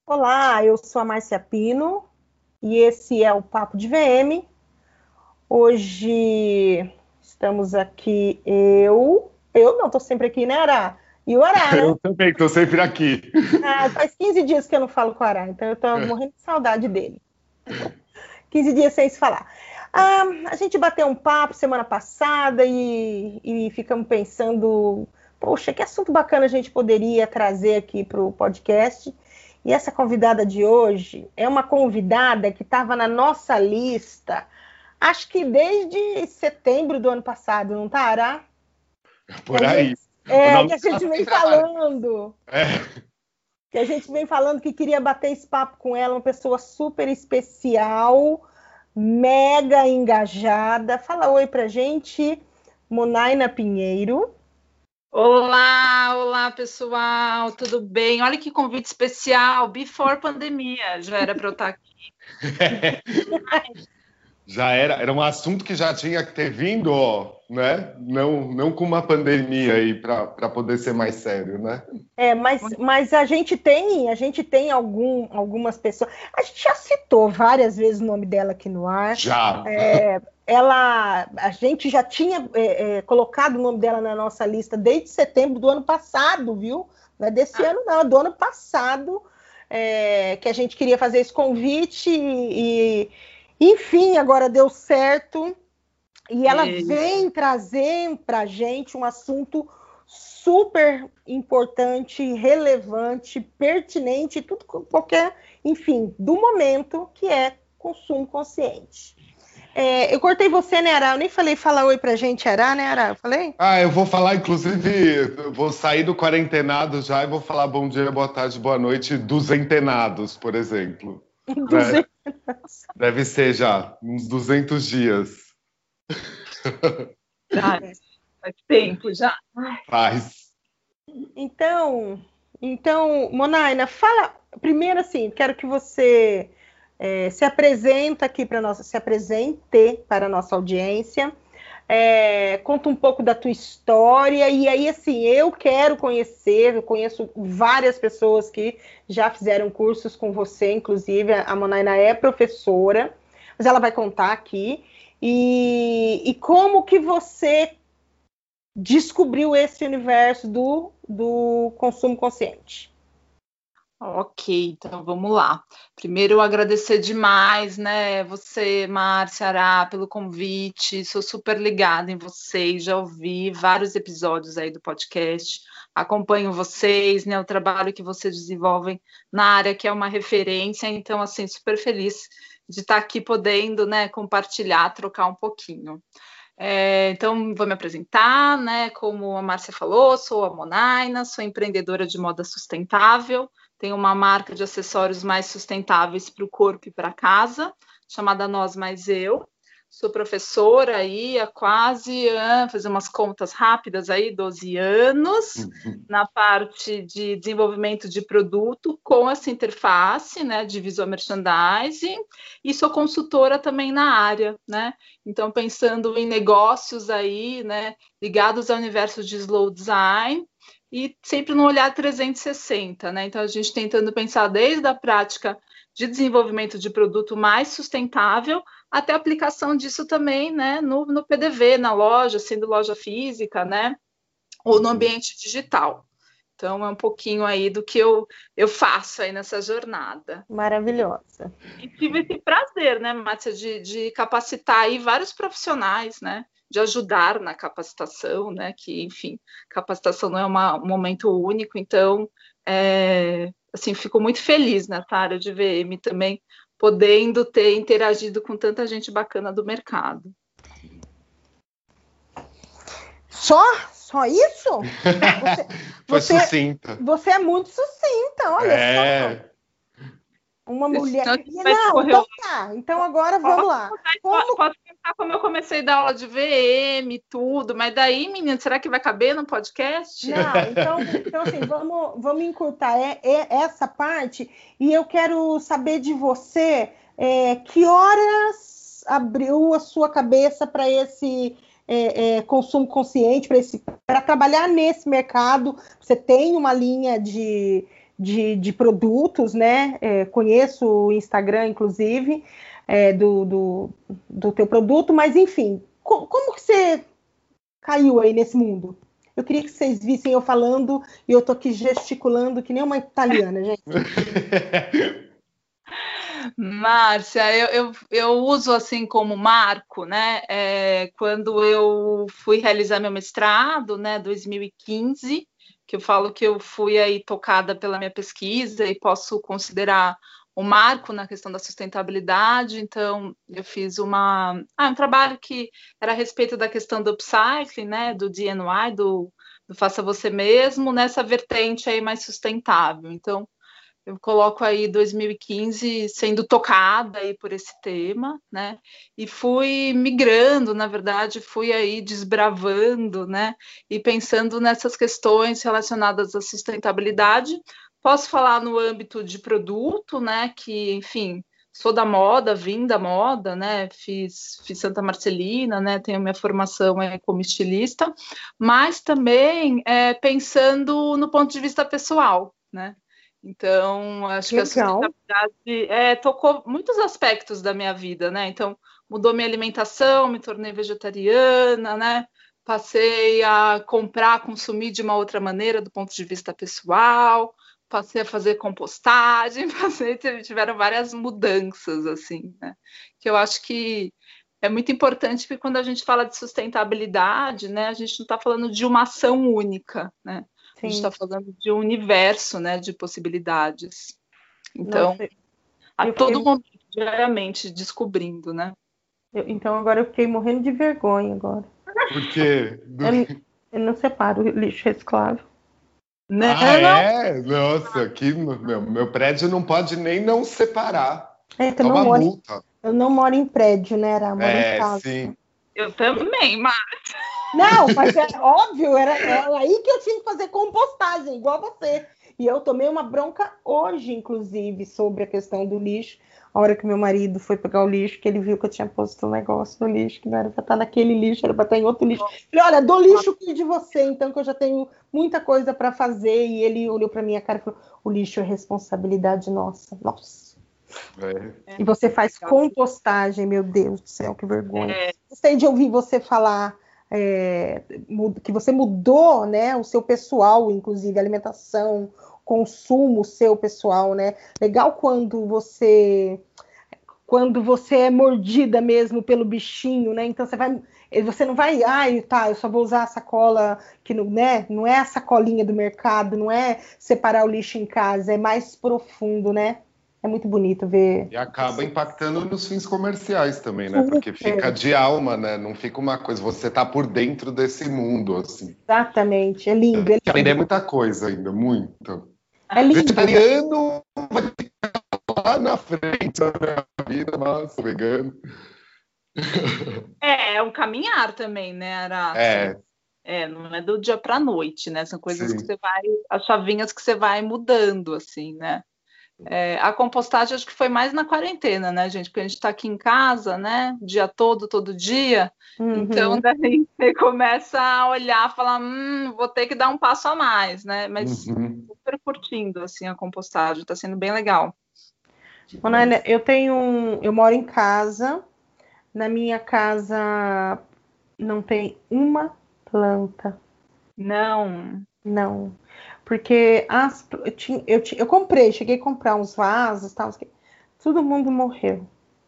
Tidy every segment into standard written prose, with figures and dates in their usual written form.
Olá, eu sou a Márcia Pino e esse é o Papo de VM. Hoje estamos aqui, eu não estou sempre aqui, né, Ará? E o Ará, né? Eu também, estou sempre aqui. Faz 15 dias que eu não falo com o Ará, então eu estou morrendo de saudade dele. 15 dias sem se falar. A gente bateu um papo semana passada e ficamos pensando, poxa, que assunto bacana a gente poderia trazer aqui para o podcast. E essa convidada de hoje é uma convidada que estava na nossa lista, acho que desde setembro do ano passado, não tá, Ará? Que Por a gente, aí. O nome que a dela gente vem sempre aparece. falando. É. Que a gente vem falando que queria bater esse papo com ela, uma pessoa super especial, mega engajada. Fala oi pra gente, Monaina Pinheiro. Olá, olá pessoal, tudo bem? Olha que convite especial, before pandemia, já era para eu estar aqui. Já era um assunto que já tinha que ter vindo, ó, né? Não com uma pandemia aí para poder ser mais sério, né? Mas a gente tem algumas pessoas. A gente já citou várias vezes o nome dela aqui no ar. Já. A gente já tinha colocado o nome dela na nossa lista desde setembro do ano passado, viu? Não é desse ano, não, é do ano passado, que a gente queria fazer esse convite enfim, agora deu certo. E ela vem trazer para a gente um assunto super importante, relevante, pertinente, tudo qualquer, enfim, do momento, que é consumo consciente. Eu cortei você, né, Ará? Eu nem falei, fala oi pra gente, Ará, né, Ará? Eu falei? Eu vou falar, inclusive, eu vou sair do quarentenado já e vou falar bom dia, boa tarde, boa noite, duzentenados, por exemplo. Né? 200. Deve ser já, uns 200 dias. Faz tempo já. Faz. Então, Monaina, fala primeiro assim, quero que você se apresente para a nossa audiência. Conta um pouco da tua história, e aí, assim, eu conheço várias pessoas que já fizeram cursos com você, inclusive a Monaina é professora, mas ela vai contar aqui, e como que você descobriu esse universo do consumo consciente. Ok, então vamos lá. Primeiro, agradecer demais, né, você, Márcia, Ará, pelo convite. Sou super ligada em vocês, já ouvi vários episódios aí do podcast, acompanho vocês, né, o trabalho que vocês desenvolvem na área que é uma referência, então, assim, super feliz de estar aqui podendo, né, compartilhar, trocar um pouquinho. Então, vou me apresentar, né? Como a Márcia falou, sou a Monaina, sou empreendedora de moda sustentável, tenho uma marca de acessórios mais sustentáveis para o corpo e para casa, chamada Nós Mais Eu. Sou professora aí há quase, fazer umas contas rápidas aí, 12 anos, na parte de desenvolvimento de produto com essa interface, né, de visual merchandising, e sou consultora também na área, né? Então, pensando em negócios aí, né, ligados ao universo de slow design e sempre no olhar 360, né? Então, a gente tentando pensar desde a prática de desenvolvimento de produto mais sustentável até a aplicação disso também, né, no PDV, na loja, sendo loja física, né, ou no ambiente digital. Então, é um pouquinho aí do que eu faço aí nessa jornada. Maravilhosa. E tive esse prazer, né, Márcia, de capacitar aí vários profissionais, né, de ajudar na capacitação, né, que, enfim, capacitação não é um momento único, então, assim, fico muito feliz nessa área de VM também, podendo ter interagido com tanta gente bacana do mercado. Só isso? Foi sucinta. Você é muito sucinta, olha só. Uma mulher. Não, então tá. Então agora vamos lá. Pode pensar como eu comecei a dar aula de VM e tudo, mas daí, menina, será que vai caber no podcast? Não, então assim, vamos encurtar essa parte, e eu quero saber de você que horas abriu a sua cabeça para esse consumo consciente, para trabalhar nesse mercado. Você tem uma linha de produtos, né? Conheço o Instagram, inclusive, do teu produto, mas enfim, como que você caiu aí nesse mundo? Eu queria que vocês vissem eu falando e eu tô aqui gesticulando que nem uma italiana, gente. Márcia, eu uso assim como marco, né? Quando eu fui realizar meu mestrado, né, 2015, que eu falo que eu fui aí tocada pela minha pesquisa e posso considerar um marco na questão da sustentabilidade. Então, eu fiz um trabalho que era a respeito da questão do upcycling, né, do DIY, do faça você mesmo, nessa vertente aí mais sustentável. Então, eu coloco aí 2015 sendo tocada aí por esse tema, né? E fui migrando, na verdade, fui aí desbravando, né? E pensando nessas questões relacionadas à sustentabilidade. Posso falar no âmbito de produto, né? Que, enfim, sou da moda, vim da moda, né? Fiz Santa Marcelina, né? Tenho minha formação como estilista, mas também pensando no ponto de vista pessoal, né? Então, acho que a sustentabilidade tocou muitos aspectos da minha vida, né? Então, mudou minha alimentação, me tornei vegetariana, né? Passei a comprar, consumir de uma outra maneira do ponto de vista pessoal, passei a fazer compostagem, tiveram várias mudanças, assim, né? Que eu acho que é muito importante que quando a gente fala de sustentabilidade, né, a gente não está falando de uma ação única, né? A gente está falando de um universo, né, de possibilidades. Então, Nossa, a todo momento, diariamente, descobrindo, né? Então, agora eu fiquei morrendo de vergonha agora. Por quê? Eu não separo o lixo reciclável. Nossa, aqui meu prédio não pode nem não separar. Toma multa. Eu não moro em prédio, né, Ara? Eu moro em casa. Sim. Eu também, mas... Não, mas é óbvio, era aí que eu tinha que fazer compostagem, igual você. E eu tomei uma bronca hoje, inclusive, sobre a questão do lixo. A hora que meu marido foi pegar o lixo, que ele viu que eu tinha posto um negócio no lixo, que não era para estar naquele lixo, era para estar em outro lixo. Falei, olha, do lixo que de você, então, que eu já tenho muita coisa para fazer. E ele olhou para minha cara e falou, o lixo é responsabilidade nossa. Nossa. E você faz compostagem, meu Deus do céu, que vergonha. Gostei de ouvir você falar que você mudou, né, o seu pessoal, inclusive alimentação, consumo seu pessoal, né? Legal quando você é mordida mesmo pelo bichinho, né? Então você não vai, eu só vou usar a sacola que não, né? Não é a sacolinha do mercado, não é separar o lixo em casa, é mais profundo, né? É muito bonito ver. E acaba impactando nos fins comerciais também, né? Porque fica de alma, né? Não fica uma coisa, você tá por dentro desse mundo, assim. Exatamente, é lindo. Tem que aprender muita coisa ainda, muito. É lindo. Vegetariano vai ficar lá na frente da minha vida, mas vegano. É um caminhar também, né, Ara? Não é do dia para a noite, né? São coisas que você vai, as chavinhas que você vai mudando, assim, né? A compostagem acho que foi mais na quarentena, né, gente? Porque a gente está aqui em casa, né? O dia todo dia. Então, daí você começa a olhar e falar, vou ter que dar um passo a mais, né? Mas super curtindo, assim, a compostagem. Está sendo bem legal. Ana, eu moro em casa. Na minha casa não tem uma planta. Não. Porque eu comprei, cheguei a comprar uns vasos, tal, todo mundo morreu.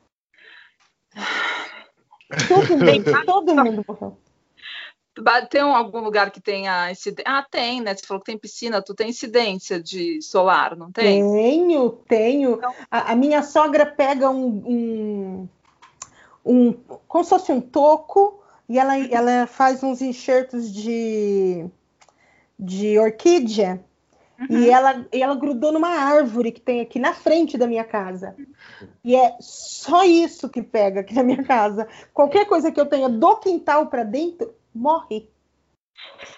Todo mundo morreu. Tem algum lugar que tenha incidência? Tem, né? Você falou que tem piscina, tu tem incidência de solar, não tem? Tenho. Então, a minha sogra pega como se fosse um toco, e ela faz uns enxertos de orquídea, e ela grudou numa árvore que tem aqui na frente da minha casa. E é só isso que pega aqui na minha casa. Qualquer coisa que eu tenha do quintal para dentro, morre.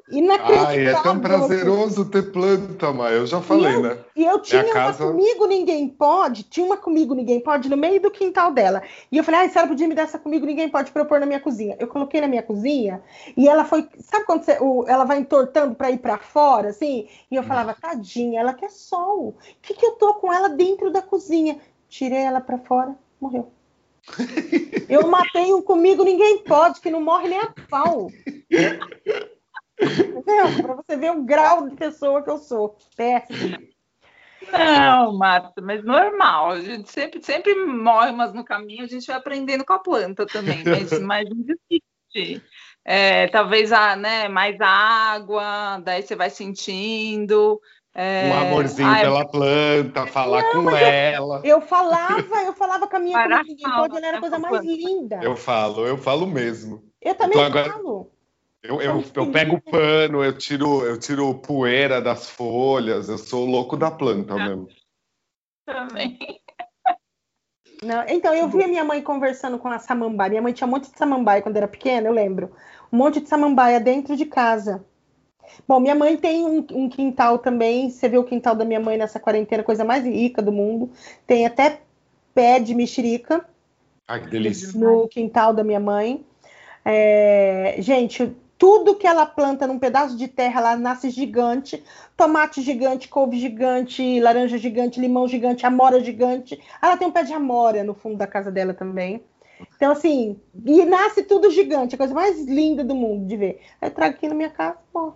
Ai, é tão prazeroso ter planta, Maia. Eu já falei, né? E eu tinha Minha casa... uma Comigo Ninguém Pode, tinha uma Comigo Ninguém Pode no meio do quintal dela. E eu falei, a senhora podia me dar essa Comigo Ninguém Pode pra eu pôr na minha cozinha. Eu coloquei na minha cozinha e ela foi, sabe quando ela vai entortando para ir para fora, assim? E eu falava, tadinha, ela quer sol. O que eu tô com ela dentro da cozinha? Tirei ela para fora, morreu. Eu matei um Comigo Ninguém Pode, que não morre nem a pau. Entendeu? Para você ver o grau de pessoa que eu sou. Péssima. Não, Marta, mas normal. A gente sempre morre, mas no caminho a gente vai aprendendo com a planta também. Mas não desiste. Talvez mais água, daí você vai sentindo. Um amorzinho pela planta, falar com ela. Eu falava com a minha Comigo Ninguém Pode, ela era a coisa mais linda. Eu falo mesmo. Eu também falo. Eu pego o pano, eu tiro poeira das folhas, eu sou o louco da planta mesmo. Também. Não, então, eu vi a minha mãe conversando com a samambaia. Minha mãe tinha um monte de samambaia quando era pequena, eu lembro. Um monte de samambaia dentro de casa. Bom, minha mãe tem um quintal também. Você vê o quintal da minha mãe nessa quarentena, coisa mais rica do mundo. Tem até pé de mexerica. Ai, que delícia. No quintal da minha mãe. Gente, tudo que ela planta num pedaço de terra, ela nasce gigante. Tomate gigante, couve gigante, laranja gigante, limão gigante, amora gigante. Ela tem um pé de amora no fundo da casa dela também. Então, assim, e nasce tudo gigante, a coisa mais linda do mundo de ver. Aí eu trago aqui na minha casa, pô.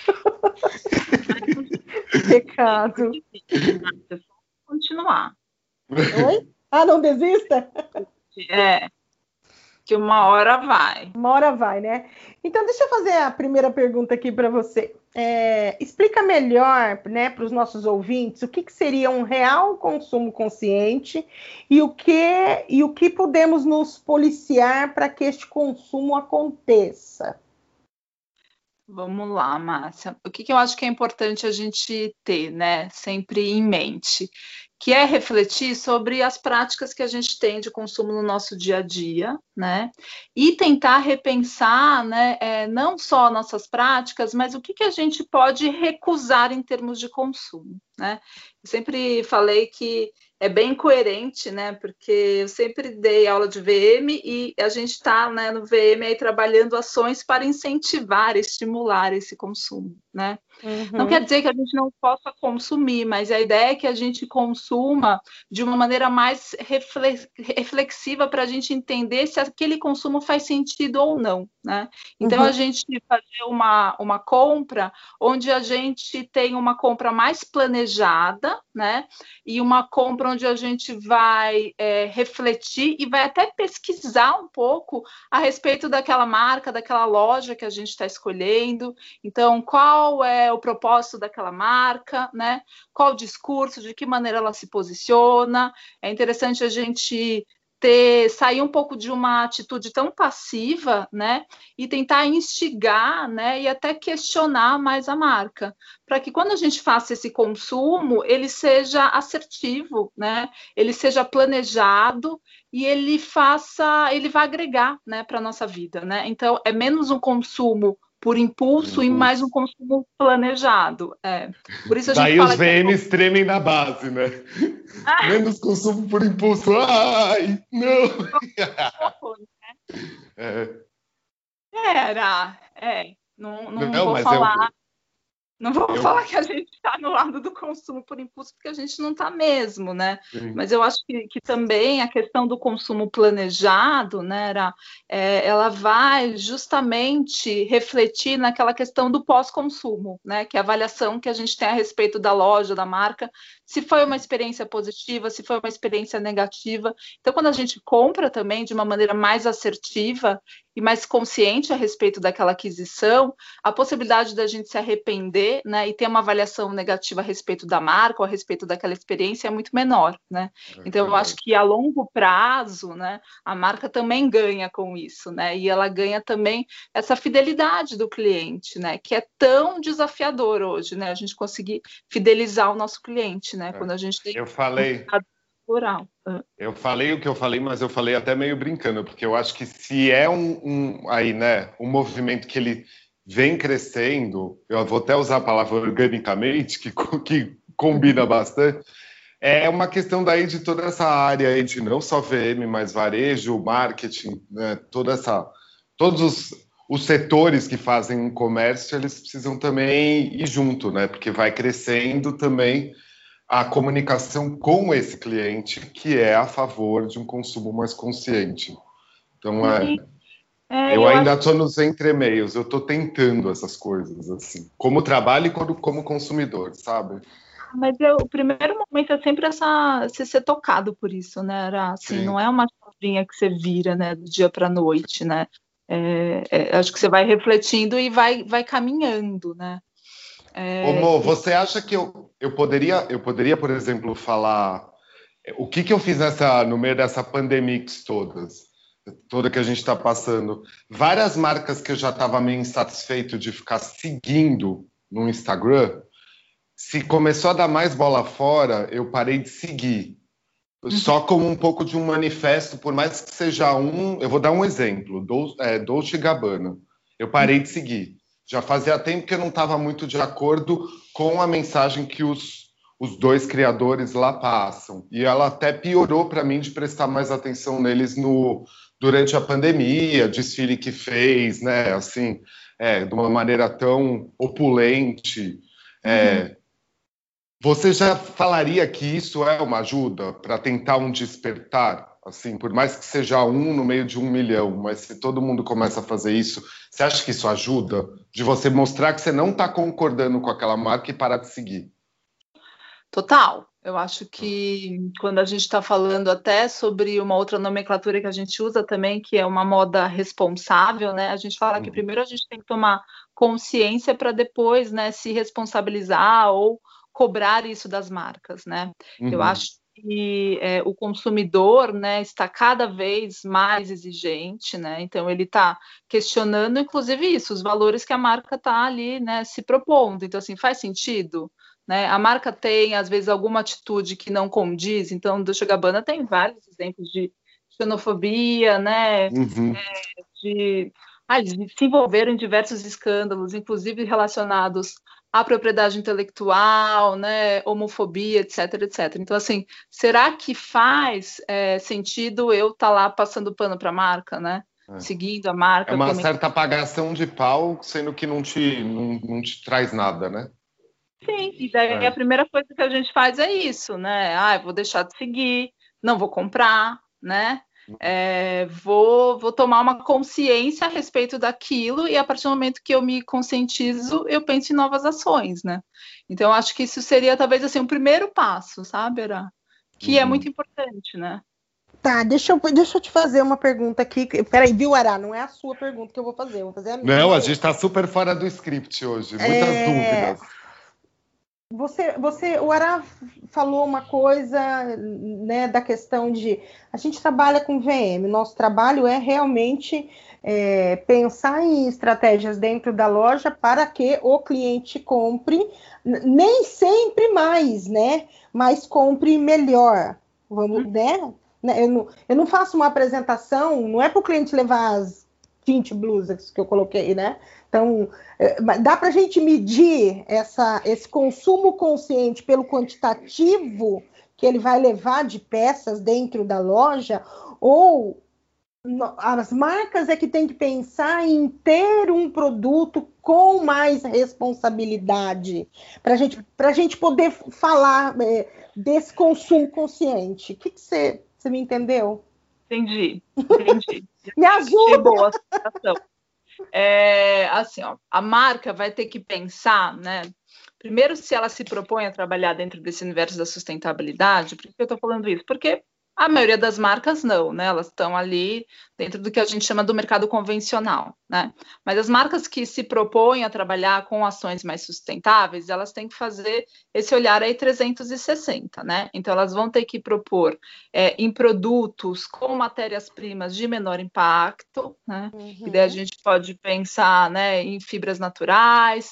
Pecado. Continuar. Oi? Não desista? Que uma hora vai. Uma hora vai, né? Então, deixa eu fazer a primeira pergunta aqui para você. Explica melhor, né, para os nossos ouvintes o que seria um real consumo consciente e o que podemos nos policiar para que este consumo aconteça. Vamos lá, Márcia. O que eu acho que é importante a gente ter, né, sempre em mente, que é refletir sobre as práticas que a gente tem de consumo no nosso dia a dia, né, e tentar repensar, né, não só nossas práticas, mas o que a gente pode recusar em termos de consumo, né. Eu sempre falei que é bem coerente, né? Porque eu sempre dei aula de VM e a gente está, né, no VM aí trabalhando ações para incentivar, estimular esse consumo, né? Uhum. Não quer dizer que a gente não possa consumir, mas a ideia é que a gente consuma de uma maneira mais reflexiva para a gente entender se aquele consumo faz sentido ou não, né? Então, a gente fazer uma compra onde a gente tem uma compra mais planejada, né? E uma compra onde a gente vai refletir e vai até pesquisar um pouco a respeito daquela marca, daquela loja que a gente está escolhendo. Então, qual é o propósito daquela marca, né? Qual o discurso, de que maneira ela se posiciona. É interessante a gente sair um pouco de uma atitude tão passiva, né, e tentar instigar, né, e até questionar mais a marca, para que quando a gente faça esse consumo, ele seja assertivo, né, ele seja planejado e ele vai agregar, né, para a nossa vida, né. Então, é menos um consumo por impulso e mais um consumo planejado. Por isso a gente daí fala os VMs tremem na base, né? Menos consumo por impulso. Ai, não! Não vou falar. Não vou falar que a gente está no lado do consumo por impulso, porque a gente não está mesmo, né? Sim. Mas eu acho que também a questão do consumo planejado, né, ela vai justamente refletir naquela questão do pós-consumo, né? Que é a avaliação que a gente tem a respeito da loja, da marca, se foi uma experiência positiva, se foi uma experiência negativa. Então, quando a gente compra também de uma maneira mais assertiva e mais consciente a respeito daquela aquisição, a possibilidade da gente se arrepender, né, e ter uma avaliação negativa a respeito da marca ou a respeito daquela experiência é muito menor, né? Então, eu acho que a longo prazo, né, a marca também ganha com isso, né? E ela ganha também essa fidelidade do cliente, né? Que é tão desafiador hoje, né? A gente conseguir fidelizar o nosso cliente, né? Quando a gente tem rural. Eu falei o que eu falei, mas eu falei até meio brincando, porque eu acho que se é aí, né, um movimento que ele vem crescendo, eu vou até usar a palavra organicamente, que combina bastante, é uma questão daí de toda essa área aí de não só VM, mas varejo, marketing, né? Todos os setores que fazem um comércio, eles precisam também ir junto, né? Porque vai crescendo também a comunicação com esse cliente, que é a favor de um consumo mais consciente. Então, eu ainda estou nos entremeios, eu estou tentando essas coisas, assim, como trabalho e como consumidor, sabe? Mas o primeiro momento é sempre você ser tocado por isso, né? Assim, não é uma chavinha que você vira, né, do dia para a noite, né? Acho que você vai refletindo e vai caminhando, né? Mo, você acha que eu poderia, por exemplo, falar o que eu fiz no meio dessa pandemia toda que a gente está passando? Várias marcas que eu já estava meio insatisfeito de ficar seguindo no Instagram, se começou a dar mais bola fora, eu parei de seguir. Só como um pouco de um manifesto, por mais que seja eu vou dar um exemplo, Dolce & Gabbana. Eu parei de seguir. Já fazia tempo que eu não estava muito de acordo com a mensagem que os dois criadores lá passam. E ela até piorou para mim de prestar mais atenção neles durante a pandemia, desfile que fez, né? Assim, de uma maneira tão opulente. Você já falaria que isso é uma ajuda para tentar um despertar? Assim, por mais que seja um no meio de 1 milhão, mas se todo mundo começa a fazer isso, você acha que isso ajuda? De você mostrar que você não está concordando com aquela marca e parar de seguir? Total. Eu acho que quando a gente está falando até sobre uma outra nomenclatura que a gente usa também, que é uma moda responsável, né? A gente fala que primeiro a gente tem que tomar consciência para depois, né, se responsabilizar ou cobrar isso das marcas, né? Eu acho que o consumidor, né, está cada vez mais exigente, né? Então ele está questionando, inclusive isso, os valores que a marca está ali, né, se propondo. Então assim, faz sentido? Né? A marca tem, às vezes, alguma atitude que não condiz, então, Dolce & Gabbana tem vários exemplos de xenofobia, né? De se envolveram em diversos escândalos, inclusive relacionados à propriedade intelectual, né? Homofobia, etc, etc. Então, assim, será que faz sentido eu estar lá passando pano para a marca, né? Seguindo a marca? É uma certa apagação de pau, sendo que não te traz nada, né? Sim, e daí a primeira coisa que a gente faz é isso, né? Eu vou deixar de seguir, não vou comprar, né? Vou tomar uma consciência a respeito daquilo e a partir do momento que eu me conscientizo, eu penso em novas ações, né? Então, acho que isso seria talvez assim um primeiro passo, sabe, Ara? Que é muito importante, né? Tá, deixa eu te fazer uma pergunta aqui. Peraí, viu, Ará? Não é a sua pergunta que eu vou fazer a minha. Não, a gente está super fora do script hoje. Muitas dúvidas. O Ará falou uma coisa, né, da questão de a gente trabalha com VM, nosso trabalho é realmente pensar em estratégias dentro da loja para que o cliente compre, nem sempre mais, né, mas compre melhor, vamos, né? Eu não faço uma apresentação, não é para o cliente levar as 20 blusas que eu coloquei, né? Então, dá para a gente medir esse consumo consciente pelo quantitativo que ele vai levar de peças dentro da loja, ou as marcas é que tem que pensar em ter um produto com mais responsabilidade, para a gente poder falar desse consumo consciente. O que você me entendeu? Entendi. Me ajuda! Boa situação. Assim, ó, a marca vai ter que pensar, né? Primeiro, se ela se propõe a trabalhar dentro desse universo da sustentabilidade. Por que eu estou falando isso? Porque a maioria das marcas não, né? Elas estão ali dentro do que a gente chama do mercado convencional, né? Mas as marcas que se propõem a trabalhar com ações mais sustentáveis, elas têm que fazer esse olhar aí 360, né? Então, elas vão ter que propor em produtos com matérias-primas de menor impacto, né? E daí a gente pode pensar, né, em fibras naturais,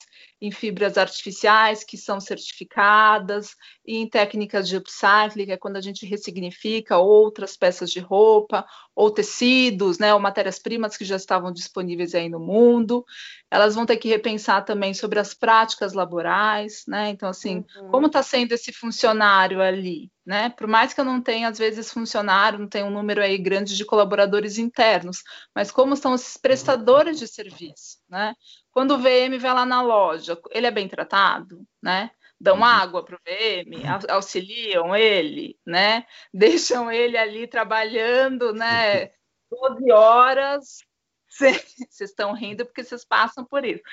em fibras artificiais que são certificadas, e em técnicas de upcycling, que é quando a gente ressignifica outras peças de roupa, ou tecidos, né, ou matérias-primas que já estavam disponíveis aí no mundo. Elas vão ter que repensar também sobre as práticas laborais, né? Então, assim, como está sendo esse funcionário ali, né? Por mais que eu não tenha, às vezes, funcionário, não tenha um número aí grande de colaboradores internos, mas como estão esses prestadores de serviço, né? Quando o VM vai lá na loja, ele é bem tratado, né? Dão água para o VM, auxiliam ele, né? Deixam ele ali trabalhando, né? 12 horas. Vocês estão rindo porque vocês passam por isso.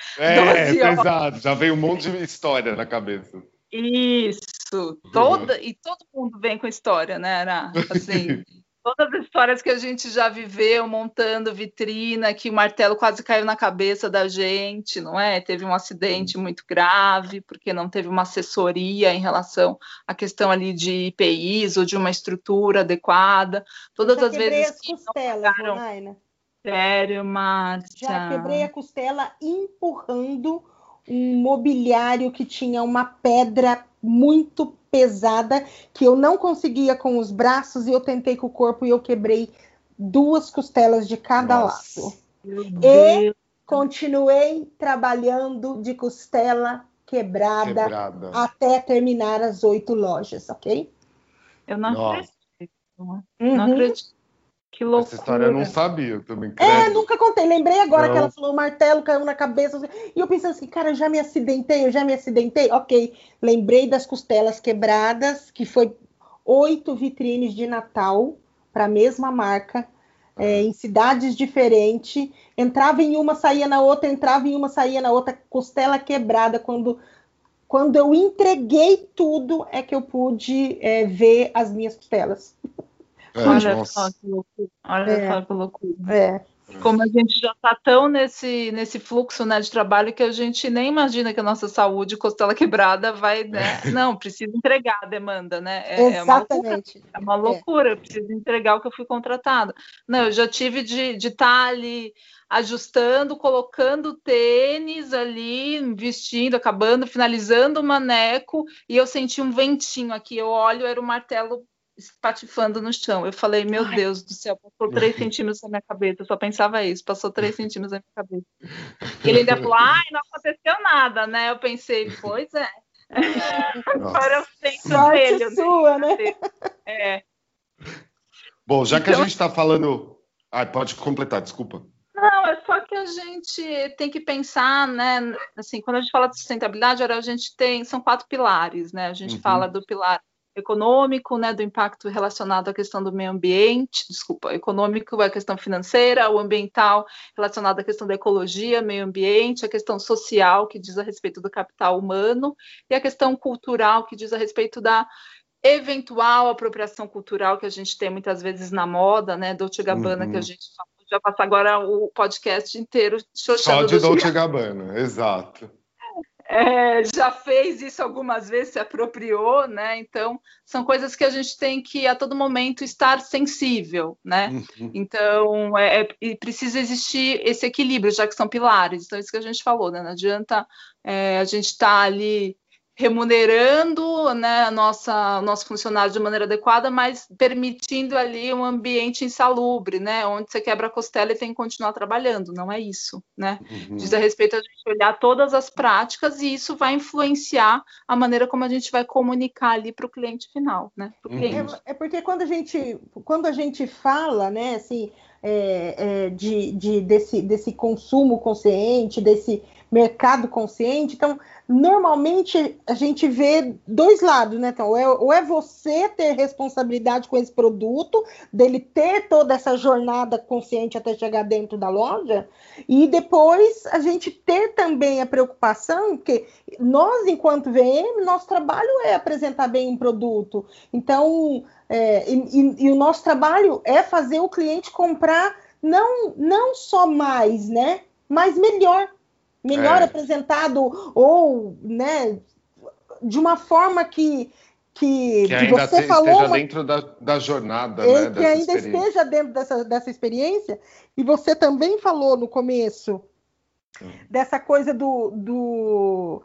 Exato. Já veio um monte de história na cabeça. Isso. E todo mundo vem com história, né, Ara? Assim, todas as histórias que a gente já viveu montando vitrina, que o martelo quase caiu na cabeça da gente, não é? Teve um acidente muito grave, porque não teve uma assessoria em relação à questão ali de IPIs ou de uma estrutura adequada. Todas as vezes que costelas, Ronaina. Sério, Márcia? Já quebrei a costela empurrando um mobiliário que tinha uma pedra muito pesada, que eu não conseguia com os braços, e eu tentei com o corpo e eu quebrei 2 costelas de cada lado. E continuei trabalhando de costela quebrada até terminar as 8 lojas, ok? Eu não acredito. Não acredito. Que loucura. Essa história eu não sabia, eu também. Nunca contei. Lembrei agora que ela falou, o martelo caiu na cabeça. E eu pensando assim, cara, eu já me acidentei. Ok, lembrei das costelas quebradas, que foi 8 vitrines de Natal para a mesma marca, em cidades diferentes. Entrava em uma, saía na outra, entrava em uma, saía na outra. Costela quebrada. Quando eu entreguei tudo, é que eu pude ver as minhas costelas. Olha só que loucura. Olha só que loucura. Como a gente já está tão nesse fluxo, né, de trabalho, que a gente nem imagina que a nossa saúde, costela quebrada, vai, né? Não, precisa entregar a demanda, né? Exatamente. É uma loucura, eu preciso entregar o que eu fui contratada. Não, eu já tive de estar ali ajustando, colocando tênis ali, vestindo, acabando, finalizando o maneco, e eu senti um ventinho aqui. Eu olho, era o martelo espatifando no chão. Eu falei, meu Deus do céu, passou 3 centímetros na minha cabeça. Eu só pensava isso, passou 3 centímetros na minha cabeça. Ele ainda falou, não aconteceu nada, né? Eu pensei, pois é. Agora eu sinto nele. Sua, né? Bom, já que a gente está falando... pode completar, desculpa. Não, é só que a gente tem que pensar, né? Assim, quando a gente fala de sustentabilidade, a gente são 4 pilares, né? A gente fala do pilar econômico, né, do impacto relacionado à questão do meio ambiente, econômico é a questão financeira, o ambiental relacionado à questão da ecologia, meio ambiente, a questão social, que diz a respeito do capital humano, e a questão cultural, que diz a respeito da eventual apropriação cultural que a gente tem muitas vezes na moda, né, Dolce & Gabbana, que a gente já passa agora o podcast inteiro xoxando. Só de Dolce & Gabbana, exato. Já fez isso algumas vezes, se apropriou, né? Então, são coisas que a gente tem que, a todo momento, estar sensível, né? Então, e precisa existir esse equilíbrio, já que são pilares. Então, isso que a gente falou, né? Não adianta a gente estar ali remunerando, né, o nosso funcionário de maneira adequada, mas permitindo ali um ambiente insalubre, né, onde você quebra a costela e tem que continuar trabalhando. Não é isso, né? Diz a respeito a gente olhar todas as práticas, e isso vai influenciar a maneira como a gente vai comunicar ali para o cliente final, né? Pro cliente. Porque quando a gente fala, né, assim, desse consumo consciente, desse mercado consciente, então normalmente a gente vê 2 lados, né? Então, ou é você ter responsabilidade com esse produto, dele ter toda essa jornada consciente até chegar dentro da loja, e depois a gente ter também a preocupação, porque nós, enquanto VM, nosso trabalho é apresentar bem um produto. Então, e o nosso trabalho é fazer o cliente comprar não só mais, né? Mas melhor apresentado, ou, né, de uma forma que ainda você falou, esteja dentro da jornada, né, que ainda esteja dentro dessa experiência. E você também falou no começo dessa coisa do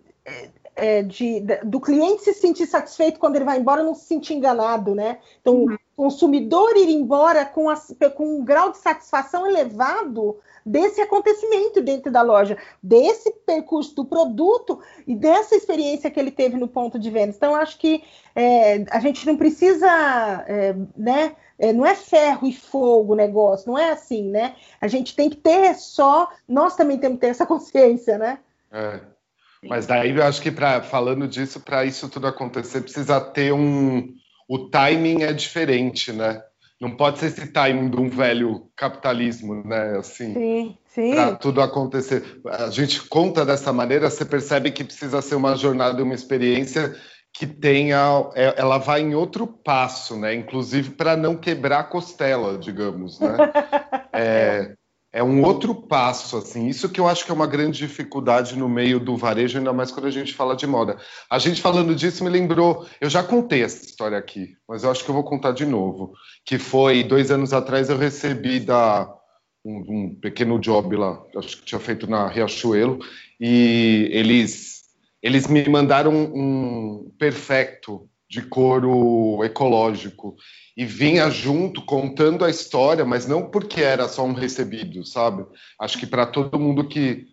cliente se sentir satisfeito quando ele vai embora, não se sentir enganado, né? Então, o consumidor ir embora com um grau de satisfação elevado desse acontecimento dentro da loja, desse percurso do produto e dessa experiência que ele teve no ponto de venda. Então, acho que a gente não precisa, né? Não é ferro e fogo o negócio, não é assim, né? A gente tem que ter nós também temos que ter essa consciência, né? Mas daí eu acho que falando disso, para isso tudo acontecer, precisa ter o timing é diferente, né? Não pode ser esse timing de um velho capitalismo, né? Assim, sim. Para tudo acontecer. A gente conta dessa maneira, você percebe que precisa ser uma jornada, uma experiência que ela vai em outro passo, né? Inclusive para não quebrar a costela, digamos, né? É um outro passo, assim. Isso que eu acho que é uma grande dificuldade no meio do varejo, ainda mais quando a gente fala de moda. A gente falando disso me lembrou, eu já contei essa história aqui, mas eu acho que eu vou contar de novo, que foi 2 anos atrás eu recebi um pequeno job lá, acho que tinha feito na Riachuelo, e eles me mandaram um perfecto de couro ecológico e vinha junto contando a história, mas não porque era só um recebido, sabe? Acho que para todo mundo que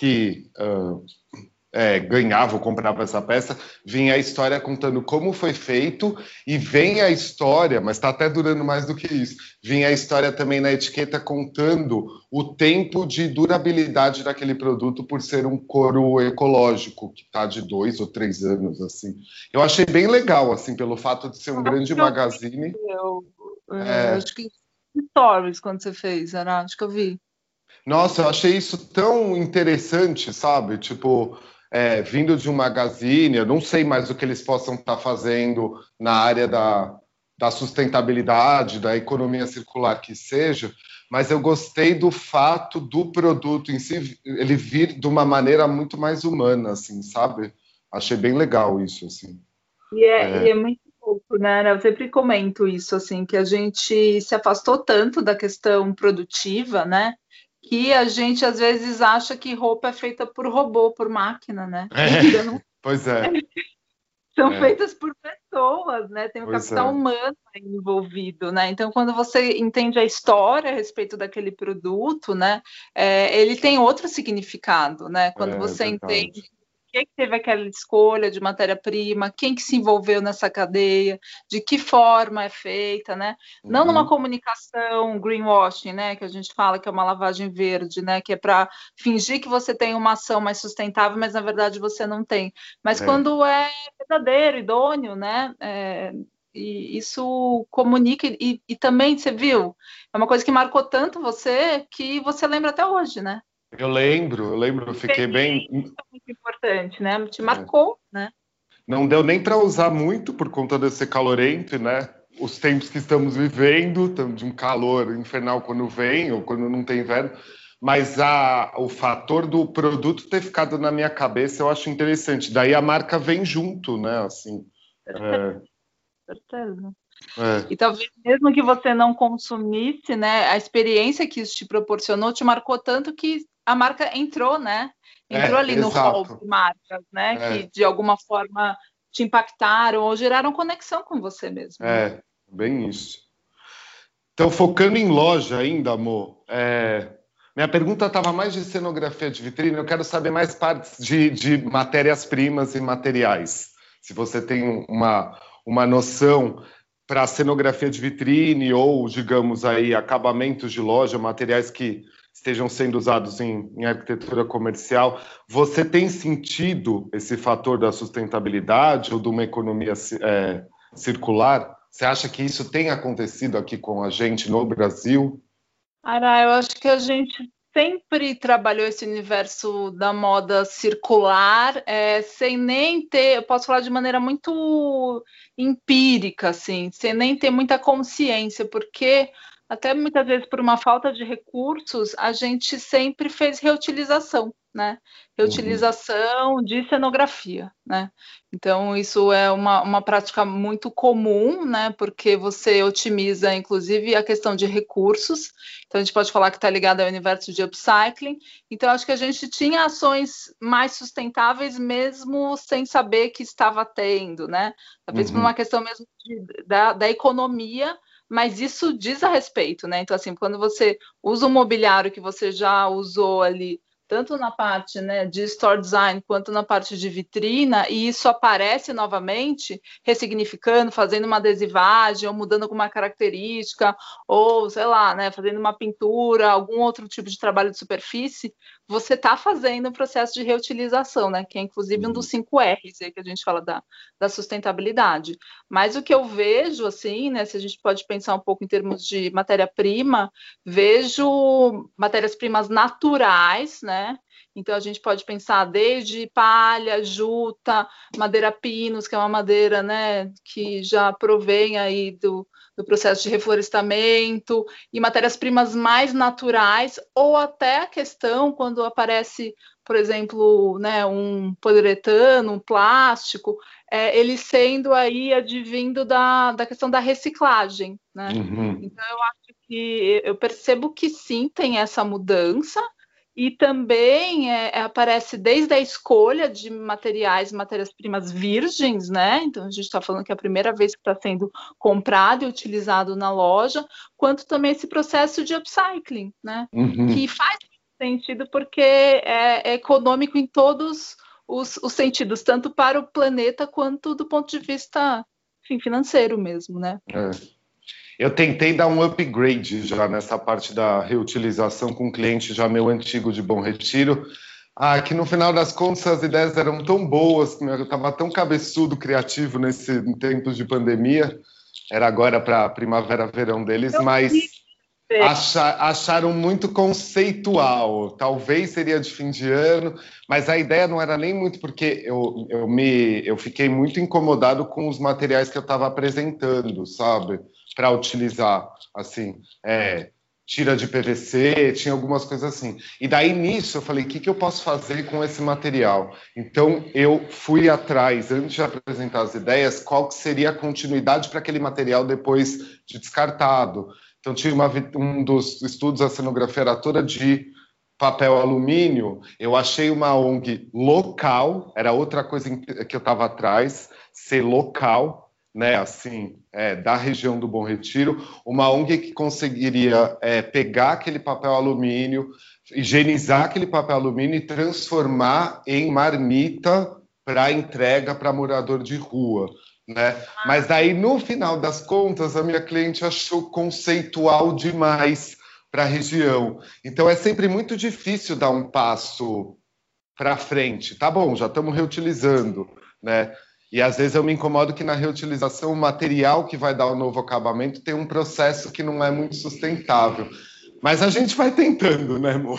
ganhava ou comprava essa peça, vinha a história contando como foi feito e vem a história, mas está até durando mais do que isso, vinha a história também na etiqueta contando o tempo de durabilidade daquele produto por ser um couro ecológico, que está de 2 ou 3 anos, assim. Eu achei bem legal, assim, pelo fato de ser um grande magazine. Acho que stories quando você fez, Ara, acho que eu vi. Nossa, eu achei isso tão interessante, sabe? Tipo, vindo de um magazine, eu não sei mais o que eles possam estar fazendo na área da sustentabilidade, da economia circular que seja, mas eu gostei do fato do produto em si, ele vir de uma maneira muito mais humana, assim, sabe? Achei bem legal isso, assim. E é muito pouco, né? Eu sempre comento isso, assim, que a gente se afastou tanto da questão produtiva, né? Que a gente às vezes acha que roupa é feita por robô, por máquina, né? Pois é. São feitas por pessoas, né? Tem o capital humano envolvido, né? Então, quando você entende a história a respeito daquele produto, né? Ele tem outro significado, né? Quando você entende quem teve aquela escolha de matéria-prima, quem que se envolveu nessa cadeia, de que forma é feita, né? Não numa comunicação greenwashing, né? Que a gente fala que é uma lavagem verde, né? Que é para fingir que você tem uma ação mais sustentável, mas na verdade você não tem. Mas quando é verdadeiro, idôneo, né? E isso comunica e também, você viu, é uma coisa que marcou tanto você que você lembra até hoje, né? Eu lembro, eu fiquei bem... Isso é muito importante, né? Te marcou, né? Não deu nem para usar muito por conta de ser calorento, né? Os tempos que estamos vivendo, de um calor infernal quando vem ou quando não tem inverno, mas o fator do produto ter ficado na minha cabeça eu acho interessante. Daí a marca vem junto, né? Assim, certeza. E talvez mesmo que você não consumisse, né? A experiência que isso te proporcionou te marcou tanto que a marca entrou, né? Entrou ali no hall de marcas, né? Que de alguma forma te impactaram ou geraram conexão com você mesmo. Bem isso. Então, focando em loja ainda, amor, minha pergunta estava mais de cenografia de vitrine, eu quero saber mais partes de matérias-primas e materiais. Se você tem uma noção para cenografia de vitrine ou, digamos aí, acabamentos de loja, materiais que estejam sendo usados em arquitetura comercial, você tem sentido esse fator da sustentabilidade ou de uma economia circular? Você acha que isso tem acontecido aqui com a gente no Brasil? Ara, eu acho que a gente sempre trabalhou esse universo da moda circular, sem nem ter, eu posso falar de maneira muito empírica, assim, sem nem ter muita consciência, porque até muitas vezes por uma falta de recursos, a gente sempre fez reutilização, né? Reutilização de cenografia, né? Então, isso é uma prática muito comum, né? Porque você otimiza, inclusive, a questão de recursos. Então, a gente pode falar que está ligado ao universo de upcycling. Então, acho que a gente tinha ações mais sustentáveis, mesmo sem saber que estava tendo, né? Talvez por uma questão mesmo da economia, mas isso diz a respeito, né? Então, assim, quando você usa um mobiliário que você já usou ali, tanto na parte, né, de store design quanto na parte de vitrina, e isso aparece novamente, ressignificando, fazendo uma adesivagem, ou mudando alguma característica, ou, sei lá, né, fazendo uma pintura, algum outro tipo de trabalho de superfície, você está fazendo um processo de reutilização, né? Que é inclusive um dos 5 R's que a gente fala da sustentabilidade. Mas o que eu vejo, assim, né, se a gente pode pensar um pouco em termos de matéria-prima, vejo matérias-primas naturais, né? Então a gente pode pensar desde palha, juta, madeira pinus, que é uma madeira, né, que já provém aí do processo de reflorestamento, e matérias-primas mais naturais, ou até a questão quando aparece, por exemplo, né, um poliuretano, um plástico, ele sendo aí advindo da questão da reciclagem, né? Então eu acho que eu percebo que sim, tem essa mudança, e também aparece desde a escolha de matérias-primas virgens, né? Então a gente está falando que é a primeira vez que está sendo comprado e utilizado na loja, quanto também esse processo de upcycling, né? Que faz sentido porque é econômico em todos os sentidos, tanto para o planeta quanto do ponto de vista, enfim, financeiro mesmo, né? Eu tentei dar um upgrade já nessa parte da reutilização com um cliente já meu antigo de Bom Retiro, que no final das contas as ideias eram tão boas, eu estava tão cabeçudo criativo nesse tempos de pandemia, era agora para primavera-verão deles, mas acharam muito conceitual, talvez seria de fim de ano, mas a ideia não era nem muito porque eu fiquei muito incomodado com os materiais que eu estava apresentando, sabe? Para utilizar, assim, tira de PVC, tinha algumas coisas assim. E daí, nisso, eu falei, o que eu posso fazer com esse material? Então, eu fui atrás, antes de apresentar as ideias, qual que seria a continuidade para aquele material depois de descartado. Então, tinha um dos estudos, a cenografia era toda de papel alumínio. Eu achei uma ONG local, era outra coisa que eu estava atrás, ser local, né, assim, da região do Bom Retiro, uma ONG que conseguiria pegar aquele papel alumínio, higienizar aquele papel alumínio e transformar em marmita para entrega para morador de rua, né? Mas daí, no final das contas, a minha cliente achou conceitual demais para a região. Então, é sempre muito difícil dar um passo para frente. Tá bom, já estamos reutilizando, né? E às vezes eu me incomodo que na reutilização o material que vai dar o novo acabamento tem um processo que não é muito sustentável. Mas a gente vai tentando, né, amor?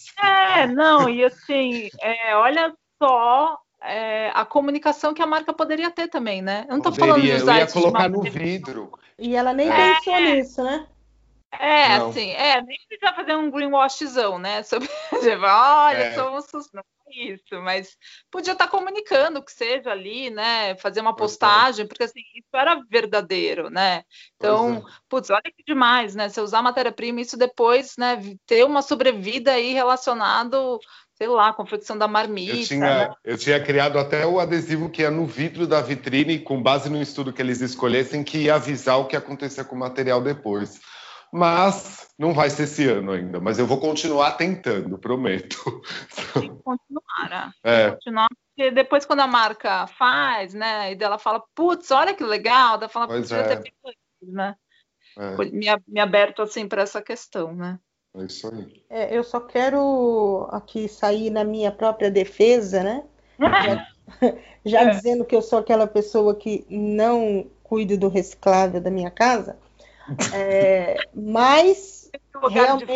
Não, e assim, olha só a comunicação que a marca poderia ter também, né? Eu não estou falando de usar eu ia isso colocar no vidro. E ela nem pensou nisso, né? Assim, nem precisa fazer um greenwashzão, né? Sobre, olha, somos... Não é isso, mas podia estar comunicando que seja ali, né? Fazer uma postagem, porque assim, isso era verdadeiro, né? Então, putz, olha que demais, né? Você usar matéria-prima, isso depois, né? Ter uma sobrevida aí relacionado, sei lá, à confecção da marmita. Eu tinha criado até o adesivo que ia no vidro da vitrine, com base no estudo que eles escolhessem, que ia avisar o que acontecia com o material depois. Mas não vai ser esse ano ainda. Mas eu vou continuar tentando, prometo. Tem que continuar, continuar, porque depois quando a marca faz, né, e dela fala, putz, olha que legal, ela fala, podia ter feito isso, né? Me aberto assim para essa questão, né? É isso aí. Eu só quero aqui sair na minha própria defesa, né? Já dizendo que eu sou aquela pessoa que não cuido do reciclável da minha casa. Mas realmente,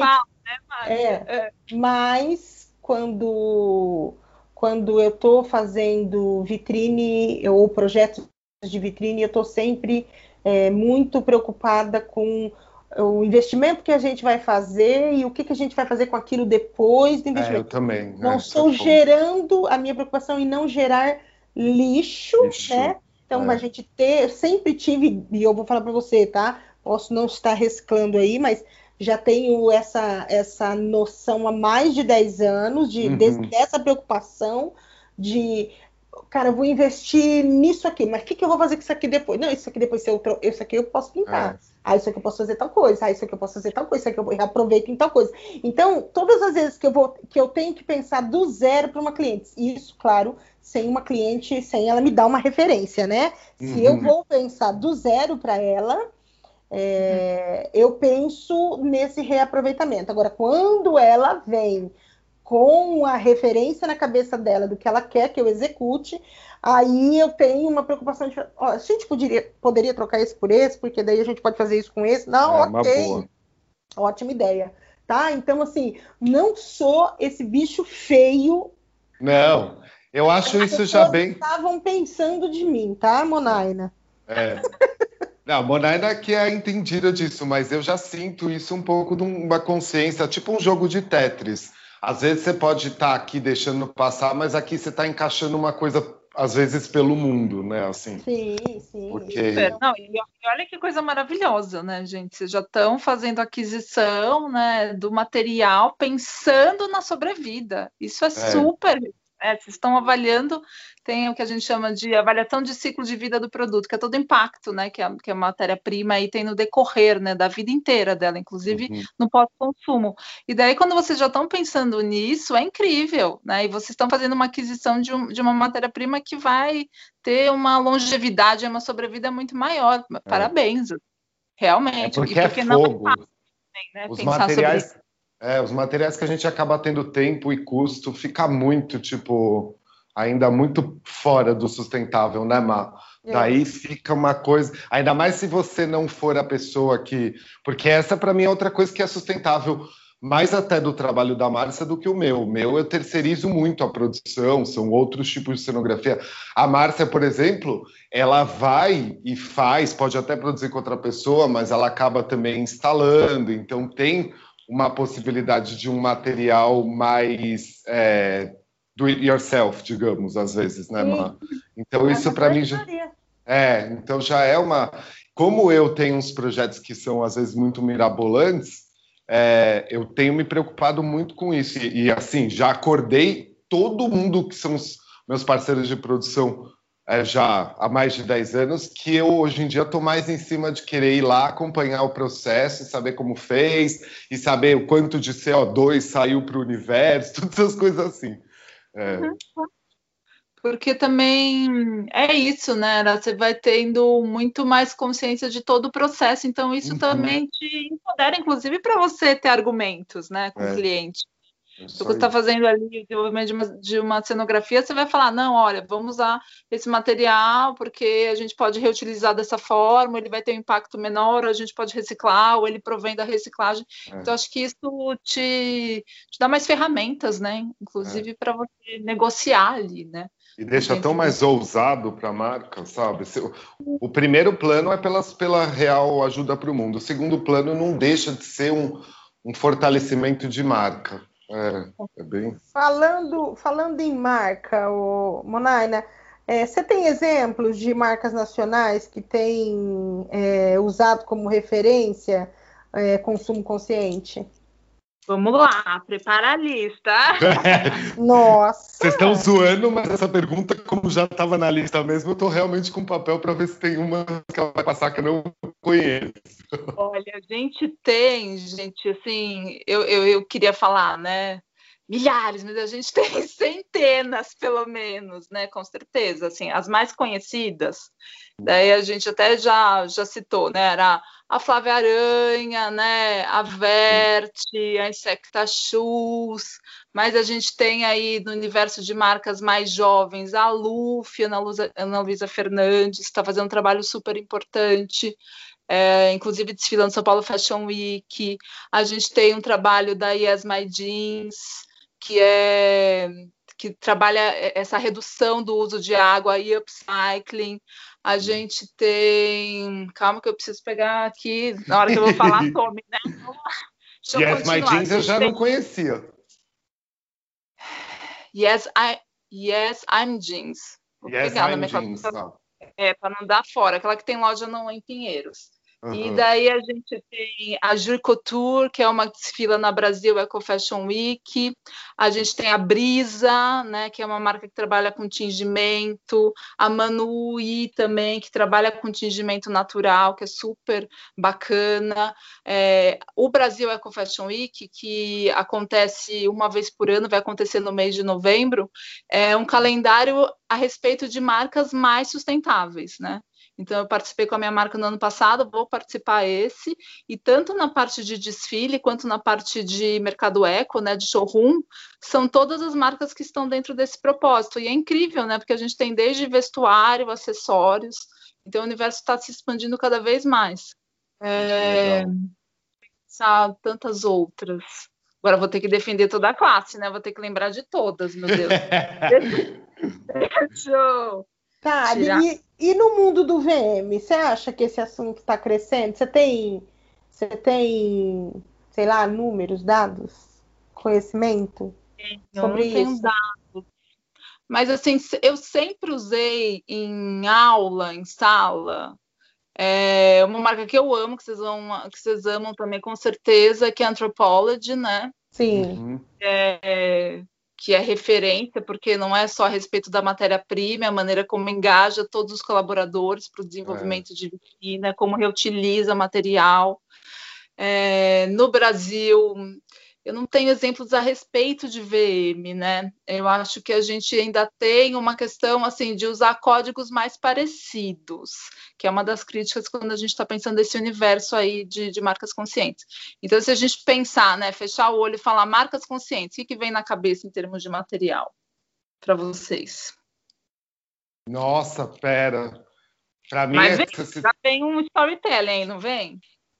mas quando eu estou fazendo vitrine ou projetos de vitrine, eu estou sempre muito preocupada com o investimento que a gente vai fazer e o que a gente vai fazer com aquilo depois do investimento. Eu também. Não estou gerando, a minha preocupação em não gerar lixo, né? Então, a gente sempre tive, e eu vou falar para você, tá? Posso não estar reciclando aí, mas já tenho essa noção há mais de 10 anos dessa preocupação de, cara, eu vou investir nisso aqui, mas o que eu vou fazer com isso aqui depois? Não, isso aqui depois, isso aqui eu posso pintar. Isso aqui eu posso fazer tal coisa. Isso aqui eu posso fazer tal coisa. Isso aqui eu aproveito em tal coisa. Então, todas as vezes que eu tenho que pensar do zero para uma cliente, isso, claro, sem uma cliente, sem ela me dar uma referência, né? Se eu vou pensar do zero para ela, eu penso nesse reaproveitamento. Agora, quando ela vem com a referência na cabeça dela do que ela quer que eu execute, aí eu tenho uma preocupação de, a gente poderia trocar esse por esse, porque daí a gente pode fazer isso com esse. Não, ok. Boa. Ótima ideia. Tá? Então, assim, não sou esse bicho feio. Não, eu acho isso já bem... estavam pensando de mim, tá, Monaina? Não, a Monaina que é entendida disso, mas eu já sinto isso um pouco de uma consciência, tipo um jogo de Tetris. Às vezes você pode estar aqui deixando passar, mas aqui você está encaixando uma coisa, às vezes, pelo mundo, né? Assim, sim. Porque... Não, e olha que coisa maravilhosa, né, gente? Vocês já estão fazendo aquisição, né, do material pensando na sobrevida. Isso é super... vocês estão avaliando, tem o que a gente chama de avaliação de ciclo de vida do produto, que é todo o impacto, né, que a matéria-prima aí tem no decorrer, né, da vida inteira dela, inclusive no pós-consumo. E daí, quando vocês já estão pensando nisso, é incrível, né, e vocês estão fazendo uma aquisição de uma matéria-prima que vai ter uma longevidade, uma sobrevida muito maior. Parabéns, realmente. Porque fogo. Não é fácil, né, os materiais... sobre... os materiais que a gente acaba tendo tempo e custo fica muito, tipo, ainda muito fora do sustentável, né, Má? Daí fica uma coisa... Ainda mais se você não for a pessoa que... Porque essa, para mim, é outra coisa que é sustentável, mais até do trabalho da Márcia do que o meu. O meu eu terceirizo muito a produção, são outros tipos de cenografia. A Márcia, por exemplo, ela vai e faz, pode até produzir com outra pessoa, mas ela acaba também instalando, então tem... uma possibilidade de um material mais do it yourself, digamos, às vezes, né, Má? Então isso para mim já então já é uma... Como eu tenho uns projetos que são às vezes muito mirabolantes, eu tenho me preocupado muito com isso e assim, já acordei todo mundo que são os meus parceiros de produção já há mais de 10 anos, que eu hoje em dia estou mais em cima de querer ir lá acompanhar o processo, saber como fez, e saber o quanto de CO2 saiu para o universo, todas essas coisas assim. Porque também é isso, né? Você vai tendo muito mais consciência de todo o processo, então isso também te empodera, inclusive, para você ter argumentos, né, com o cliente. Se você está fazendo ali o desenvolvimento de uma cenografia, você vai falar, não, olha, vamos usar esse material porque a gente pode reutilizar dessa forma, ele vai ter um impacto menor, a gente pode reciclar, ou ele provém da reciclagem. Então, acho que isso te dá mais ferramentas, né? Inclusive para você negociar ali, né? E deixa tão mais ousado para a marca, sabe? O primeiro plano é pela real ajuda para o mundo. O segundo plano não deixa de ser um fortalecimento de marca. É bem... Falando em marca, Monaina, você tem exemplos de marcas nacionais que têm usado como referência consumo consciente? Vamos lá, prepara a lista. Nossa! Vocês estão zoando, mas essa pergunta, como já estava na lista mesmo, eu estou realmente com papel para ver se tem uma que ela vai passar que eu não conheço. Olha, a gente tem, assim, eu queria falar, né? Milhares, mas a gente tem centenas, pelo menos, né? Com certeza, assim, as mais conhecidas. Daí a gente até já citou, né? Era a Flávia Aranha, né? A Verte, a Insecta Shoes, mas a gente tem aí no universo de marcas mais jovens a Luffy, Ana Luísa Fernandes, que está fazendo um trabalho super importante. Inclusive desfilando em São Paulo Fashion Week. A gente tem um trabalho da Yes My Jeans, que que trabalha essa redução do uso de água e upcycling. A gente tem... Calma que eu preciso pegar aqui, na hora que eu vou falar, some, né? Deixa eu Yes, My continuar. Jeans eu já não conhecia. Yes, I'm Jeans. Vou Yes, pegar na I'm minha Jeans. cabeça, para não dar fora. Aquela que tem loja não em Pinheiros. Uhum. E daí a gente tem a Jure Couture, que é uma que desfila na Brasil Eco Fashion Week. A gente tem a Brisa, né, que é uma marca que trabalha com tingimento. A Manui também, que trabalha com tingimento natural, que é super bacana. O Brasil Eco Fashion Week, que acontece uma vez por ano, vai acontecer no mês de novembro, é um calendário a respeito de marcas mais sustentáveis, né? Então, eu participei com a minha marca no ano passado, vou participar esse, e tanto na parte de desfile, quanto na parte de mercado eco, né, de showroom, são todas as marcas que estão dentro desse propósito. E é incrível, né, porque a gente tem desde vestuário, acessórios, então o universo está se expandindo cada vez mais. Tantas outras. Agora vou ter que defender toda a classe, né, vou ter que lembrar de todas, meu Deus. Show! Tá, e no mundo do VM, você acha que esse assunto está crescendo? Você tem, sei lá, números, dados, conhecimento sobre não tenho isso? dados. Mas assim, eu sempre usei em aula, em sala, uma marca que eu amo, que vocês amam também com certeza, que é a Anthropologie, né? Sim. Que é referência, porque não é só a respeito da matéria-prima, é a maneira como engaja todos os colaboradores para o desenvolvimento de vacina, como reutiliza material. No Brasil, eu não tenho exemplos a respeito de VM, né? Eu acho que a gente ainda tem uma questão assim de usar códigos mais parecidos, que é uma das críticas quando a gente está pensando nesse universo aí de marcas conscientes. Então, se a gente pensar, né, fechar o olho e falar marcas conscientes, o que vem na cabeça em termos de material para vocês? Nossa, pera. Para mim Mas já tem um storytelling, não vem?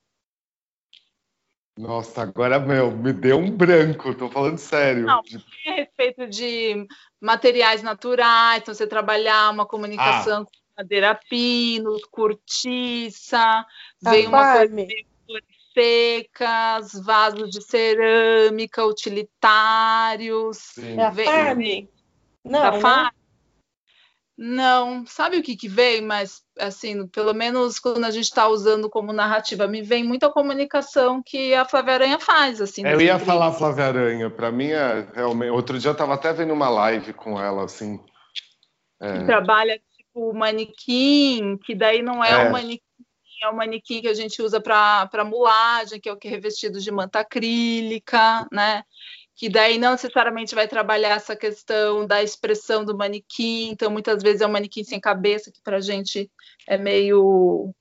Nossa, agora, me deu um branco, tô falando sério. Não, a respeito de materiais naturais, então você trabalhar uma comunicação com madeira pinos, cortiça, vem uma coisa de flores secas, vasos de cerâmica, utilitários. Sim. É a Farm? Não, né? Não, sabe o que veio? Mas, assim, pelo menos quando a gente está usando como narrativa, me vem muito a comunicação que a Flávia Aranha faz, assim. Eu ia falar Flávia Aranha, para mim realmente... Outro dia eu estava até vendo uma live com ela, assim. Que trabalha, tipo, manequim, que daí não é um manequim, é um manequim que a gente usa para mulagem, que é o que é revestido de manta acrílica, né? Que daí não necessariamente vai trabalhar essa questão da expressão do manequim, então muitas vezes é um manequim sem cabeça, que para a gente é meio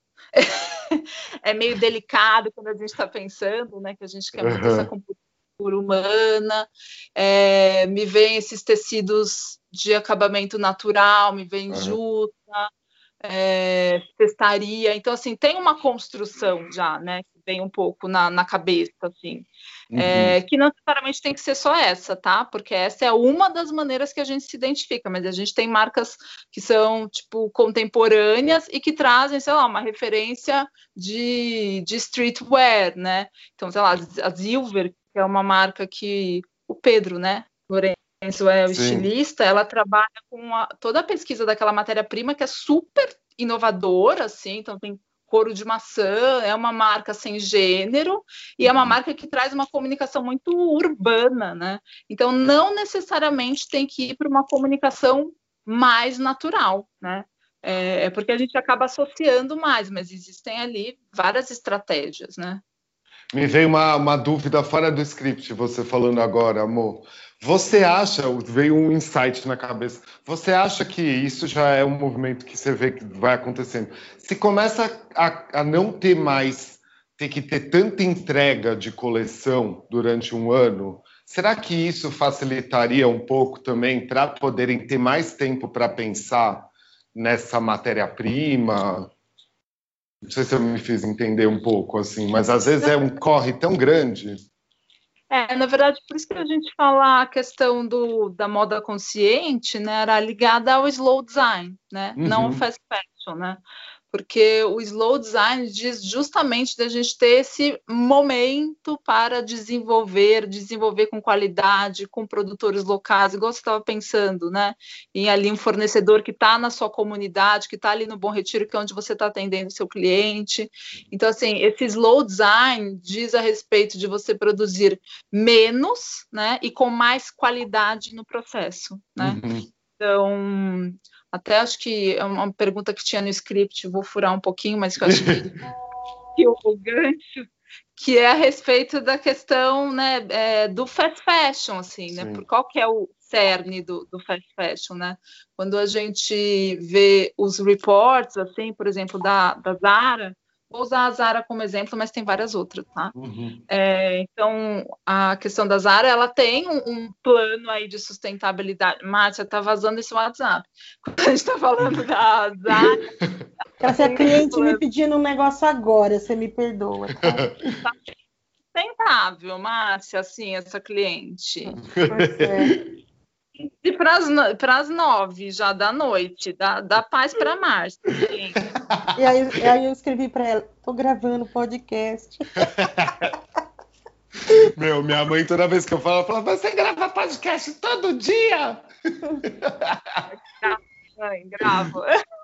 delicado quando a gente está pensando, né, que a gente quer muito essa compositura humana, me vem esses tecidos de acabamento natural, me vem juta, cestaria, então assim, tem uma construção já, né, que vem um pouco na cabeça, assim, que não necessariamente tem que ser só essa, tá, porque essa é uma das maneiras que a gente se identifica, mas a gente tem marcas que são, tipo, contemporâneas e que trazem, sei lá, uma referência de streetwear, né, então, sei lá, a Silver, que é uma marca que o Pedro, né, é o estilista, ela trabalha com toda a pesquisa daquela matéria-prima que é super inovadora, assim, então tem couro de maçã, é uma marca sem gênero e é uma marca que traz uma comunicação muito urbana, né? Então não necessariamente tem que ir para uma comunicação mais natural, né? Porque a gente acaba associando mais, mas existem ali várias estratégias, né? Me veio uma dúvida fora do script, você falando agora, amor. Você acha, veio um insight na cabeça, você acha que isso já é um movimento que você vê que vai acontecendo? Se começa a não ter mais, ter que ter tanta entrega de coleção durante um ano, será que isso facilitaria um pouco também para poderem ter mais tempo para pensar nessa matéria-prima? Não sei se eu me fiz entender um pouco, assim, mas às vezes é um corre tão grande. Na verdade, por isso que a gente fala a questão da moda consciente, né, era ligada ao slow design, né, não ao fast fashion, né, porque o slow design diz justamente da gente ter esse momento para desenvolver com qualidade, com produtores locais, igual você estava pensando, né? Em ali um fornecedor que está na sua comunidade, que está ali no Bom Retiro, que é onde você está atendendo o seu cliente. Então, assim, esse slow design diz a respeito de você produzir menos, né? E com mais qualidade no processo, né? Então, até acho que é uma pergunta que tinha no script, vou furar um pouquinho, mas que eu acho que o gancho, que é a respeito da questão, né, do fast fashion, assim, né? Por qual que é o cerne do fast fashion, né? Quando a gente vê os reports, assim, por exemplo, da Zara, vou usar a Zara como exemplo, mas tem várias outras, tá? Então, a questão da Zara, ela tem um plano aí de sustentabilidade. Márcia, tá vazando esse WhatsApp. Quando a gente está falando da Zara... Essa cliente me pedindo um negócio agora, você me perdoa, tá? Tá sustentável, Márcia, assim, essa cliente. Pois é. E para as 9 já da noite, dá paz para Márcia. E aí eu escrevi para ela, tô gravando podcast. Minha mãe, toda vez que eu falo, ela fala, você grava podcast todo dia? Mãe, grava.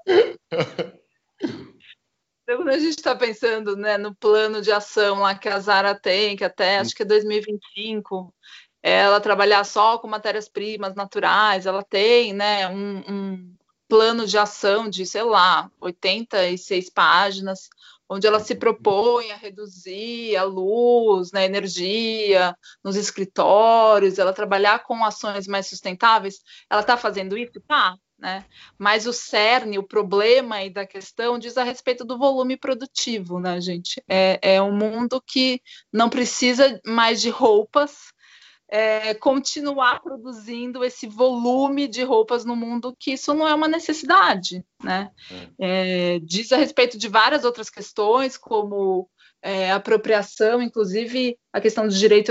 Então, quando a gente está pensando, né, no plano de ação lá que a Zara tem, que até acho que é 2025, ela trabalhar só com matérias-primas naturais, ela tem, né, um plano de ação de, sei lá, 86 páginas, onde ela se propõe a reduzir a luz, né, energia nos escritórios, ela trabalhar com ações mais sustentáveis. Ela está fazendo isso? Tá. Né? Mas o cerne, o problema aí da questão diz a respeito do volume produtivo, né, gente? É um mundo que não precisa mais de roupas, continuar produzindo esse volume de roupas no mundo, que isso não é uma necessidade, né? Diz a respeito de várias outras questões, como apropriação, inclusive a questão do direito...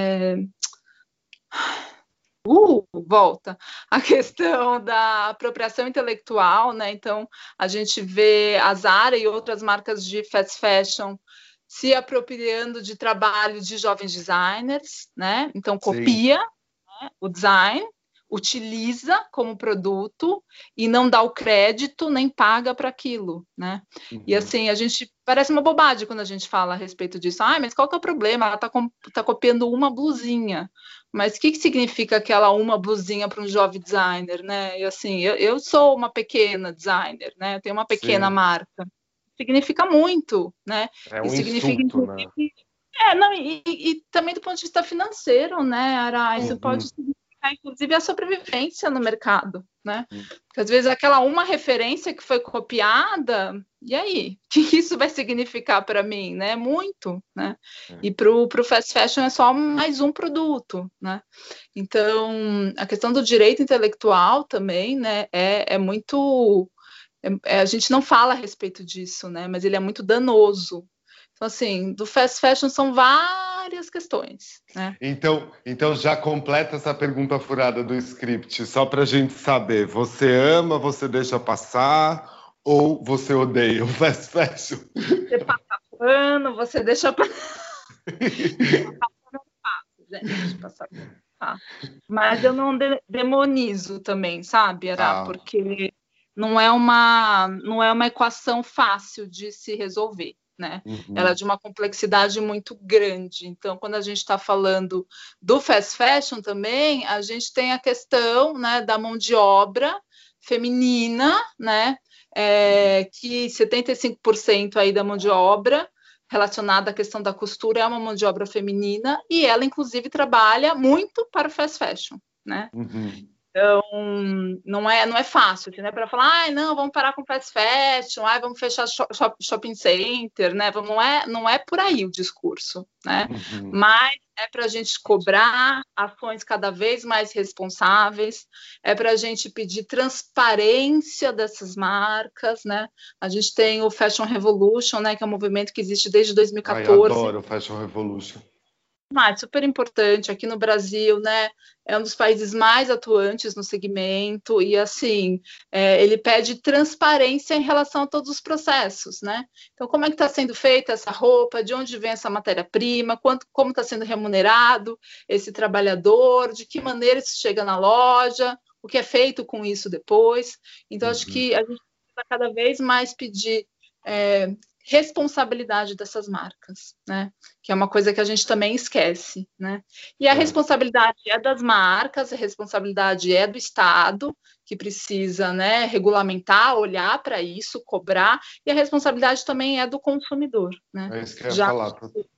volta a questão da apropriação intelectual, né? Então, a gente vê a Zara e outras marcas de fast fashion se apropriando de trabalho de jovens designers, né? Então, copia, né, o design, utiliza como produto e não dá o crédito nem paga para aquilo, né? E assim, a gente parece uma bobagem quando a gente fala a respeito disso. Mas qual que é o problema? Ela tá copiando uma blusinha. Mas o que significa aquela uma blusinha para um jovem designer, né? E assim, eu sou uma pequena designer, né? Eu tenho uma pequena marca. Significa muito, né? É um significa, insulto, né? E também do ponto de vista financeiro, né, Ara? Isso pode significar, inclusive, a sobrevivência no mercado, né? Porque às vezes aquela uma referência que foi copiada, e aí? O que isso vai significar para mim, né? Muito, né? E para o fast fashion é só mais um produto, né? Então, a questão do direito intelectual também, né, é muito... a gente não fala a respeito disso, né? Mas ele é muito danoso. Então, assim, do fast fashion são várias questões, né? Então já completa essa pergunta furada do script, só para a gente saber. Você ama, você deixa passar ou você odeia o fast fashion? Você passa pano, você deixa passar. Mas eu não demonizo também, sabe, Ara? Porque não é uma equação fácil de se resolver. Né? Ela é de uma complexidade muito grande. Então, quando a gente está falando do fast fashion também, a gente tem a questão, né, da mão de obra feminina, né, que 75% aí da mão de obra relacionada à questão da costura é uma mão de obra feminina, e ela, inclusive, trabalha muito para o fast fashion, né? Então, não é fácil, né? Para falar, não, vamos parar com fast fashion, vamos fechar shopping center, né? Não é por aí o discurso, né? Mas é para a gente cobrar ações cada vez mais responsáveis, é para a gente pedir transparência dessas marcas, né? A gente tem o Fashion Revolution, né? Que é um movimento que existe desde 2014. Eu adoro o Fashion Revolution. Super importante aqui no Brasil, né? É um dos países mais atuantes no segmento e, assim, ele pede transparência em relação a todos os processos, né? Então, como é que está sendo feita essa roupa? De onde vem essa matéria-prima? Como está sendo remunerado esse trabalhador? De que maneira isso chega na loja? O que é feito com isso depois? Então, acho que a gente precisa cada vez mais pedir responsabilidade dessas marcas, né? Que é uma coisa que a gente também esquece, né? E a responsabilidade é das marcas, a responsabilidade é do Estado, que precisa, né, regulamentar, olhar para isso, cobrar, e a responsabilidade também é do consumidor, né? É isso que eu ia falar.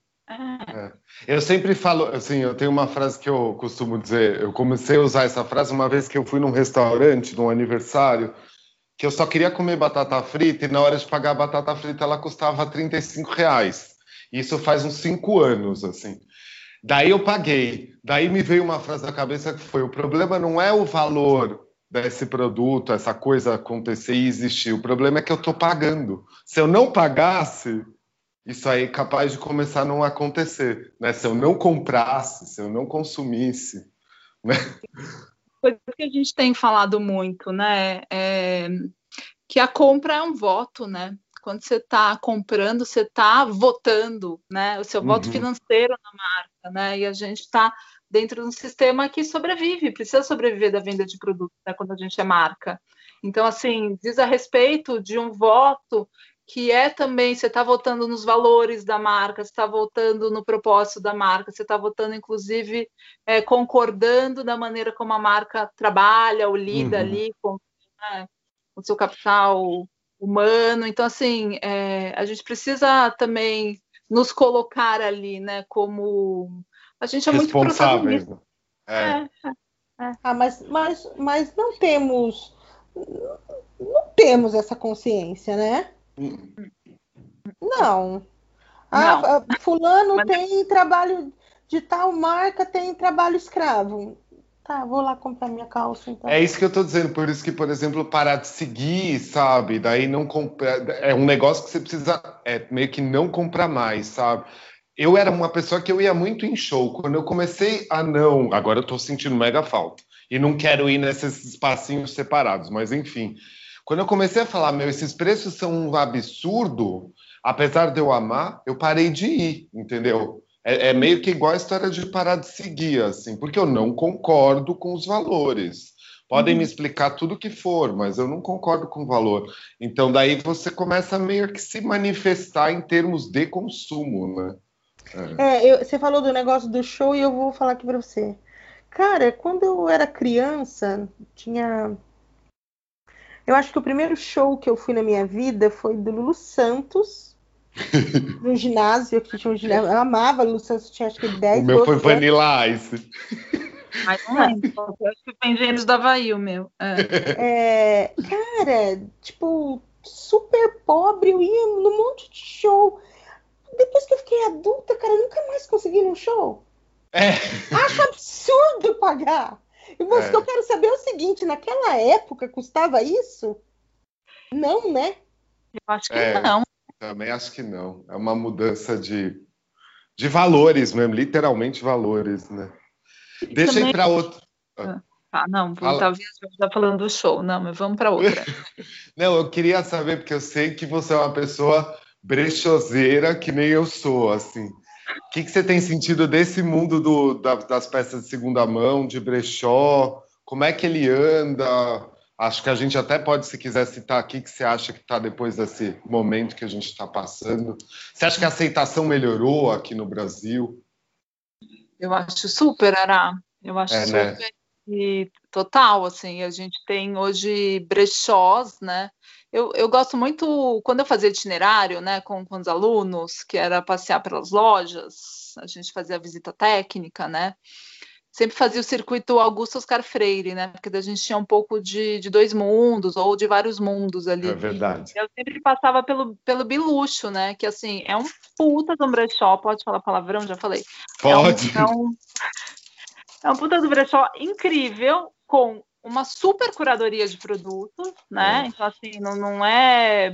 Eu sempre falo, assim, eu tenho uma frase que eu costumo dizer, eu comecei a usar essa frase uma vez que eu fui num restaurante, num aniversário, que eu só queria comer batata frita e na hora de pagar a batata frita ela custava R$35. Isso faz uns 5 anos, assim. Daí eu paguei. Daí me veio uma frase na cabeça que foi: o problema não é o valor desse produto, essa coisa acontecer e existir. O problema é que eu estou pagando. Se eu não pagasse, isso aí é capaz de começar a não acontecer, né? Se eu não comprasse, se eu não consumisse, né? Coisa que a gente tem falado muito, né? Que a compra é um voto, né? Quando você está comprando, você está votando, né? O seu voto financeiro na marca, né? E a gente está dentro de um sistema que sobrevive, precisa sobreviver da venda de produtos, né? Quando a gente é marca. Então, assim, diz a respeito de um voto que é também, você está votando nos valores da marca, você está votando no propósito da marca, você está votando, inclusive, concordando da maneira como a marca trabalha ou lida ali com, né, o seu capital humano. Então, assim, a gente precisa também nos colocar ali, né, como... A gente é muito protagonista. Mas não temos essa consciência, né? Não. Fulano tem trabalho de tal marca, tem trabalho escravo. Tá, vou lá comprar minha calça, então. É isso que eu tô dizendo, por isso que, por exemplo, parar de seguir, sabe? Daí não comprar. É um negócio que você precisa meio que não comprar mais, sabe? Eu era uma pessoa que eu ia muito em show. Quando eu comecei a não. Agora eu tô sentindo mega falta. E não quero ir nesses espacinhos separados, mas enfim. Quando eu comecei a falar, esses preços são um absurdo, apesar de eu amar, eu parei de ir, entendeu? É meio que igual a história de parar de seguir, assim, porque eu não concordo com os valores. Podem me explicar tudo que for, mas eu não concordo com o valor. Então, daí você começa a meio que se manifestar em termos de consumo, né? Você falou do negócio do show e eu vou falar aqui para você. Cara, quando eu era criança, eu acho que o primeiro show que eu fui na minha vida foi do Lulu Santos, no ginásio, aqui tinha um ginásio. Eu amava Lulu Santos, tinha acho que 10, O meu 12 foi anos. Vanilla Ice. Mas não lembro, eu acho que foi Engenheiros do Havaí o meu. Cara, tipo, super pobre, eu ia num monte de show. Depois que eu fiquei adulta, cara, eu nunca mais consegui ir num show. Acho absurdo pagar. E o que eu quero saber é o seguinte, naquela época custava isso? Não, né? Eu acho que não. Também acho que não. É uma mudança de valores mesmo, literalmente valores, né? Deixa eu ir para outro. Não, talvez eu já falando do show, não, mas vamos para outra. Não, eu queria saber, porque eu sei que você é uma pessoa brechoseira, que nem eu sou, assim. O que você tem sentido desse mundo das peças de segunda mão, de brechó? Como é que ele anda? Acho que a gente até pode, se quiser citar aqui, que você acha que está depois desse momento que a gente está passando. Você acha que a aceitação melhorou aqui no Brasil? Eu acho super, Ará. Eu acho super, né? E total, assim, a gente tem hoje brechós, né? Eu gosto muito, quando eu fazia itinerário, né, com os alunos, que era passear pelas lojas, a gente fazia visita técnica, né? Sempre fazia o circuito Augusto Oscar Freire, né? Porque a gente tinha um pouco de dois mundos, ou de vários mundos ali. É verdade. Eu sempre passava pelo Biluxo, né? Que, assim, é um puta de um brechó. Pode falar palavrão? Já falei. Pode. É um puta do brechó incrível, com uma super curadoria de produtos, né? Então, assim, não é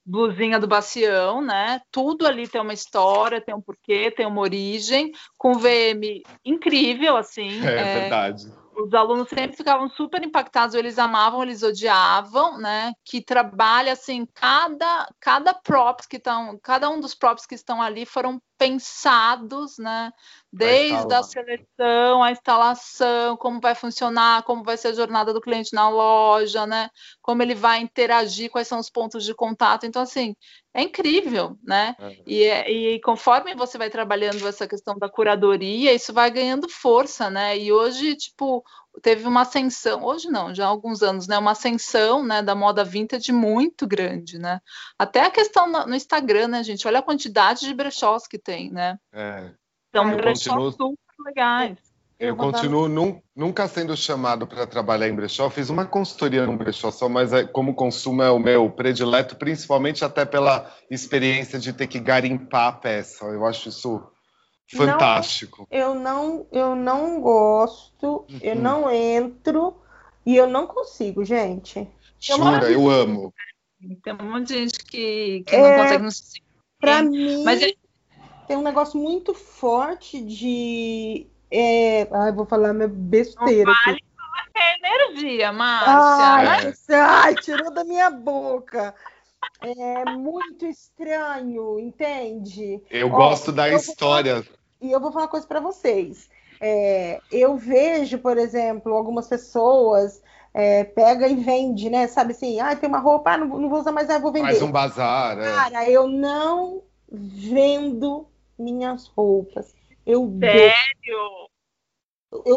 blusinha do Bacião, né? Tudo ali tem uma história, tem um porquê, tem uma origem, com VM incrível, assim. É verdade. Os alunos sempre ficavam super impactados, eles amavam, eles odiavam, né? Que trabalha assim, cada props que estão, cada um dos props que estão ali foram pensados, né? Desde a seleção, a instalação, como vai funcionar, como vai ser a jornada do cliente na loja, né? Como ele vai interagir, quais são os pontos de contato. Então, assim, é incrível, né? E conforme você vai trabalhando essa questão da curadoria, isso vai ganhando força, né? E hoje, tipo, teve uma ascensão, hoje não, já há alguns anos, né? Uma ascensão, né, da moda vintage muito grande, né? Até a questão no Instagram, né, gente? Olha a quantidade de brechós que tem, né? São brechós super legais. Eu continuo nunca sendo chamado para trabalhar em brechó. Fiz uma consultoria num brechó só, mas como consumo é o meu predileto, principalmente até pela experiência de ter que garimpar a peça. Eu acho isso fantástico. Eu não gosto, eu não entro e eu não consigo, gente. Jura, eu amo. Tem um monte de gente que não consegue nos sentir. Para mim, tem um negócio muito forte de... vou falar minha besteira. Não vale energia, Márcia. Ai, tirou da minha boca. É muito estranho, entende? Eu gosto da história. E eu vou falar uma coisa para vocês. Eu vejo, por exemplo, algumas pessoas pega e vende, né? Sabe assim, tem uma roupa, não vou usar mais, vou vender. Faz um bazar, Cara, eu não vendo minhas roupas. Sério? Eu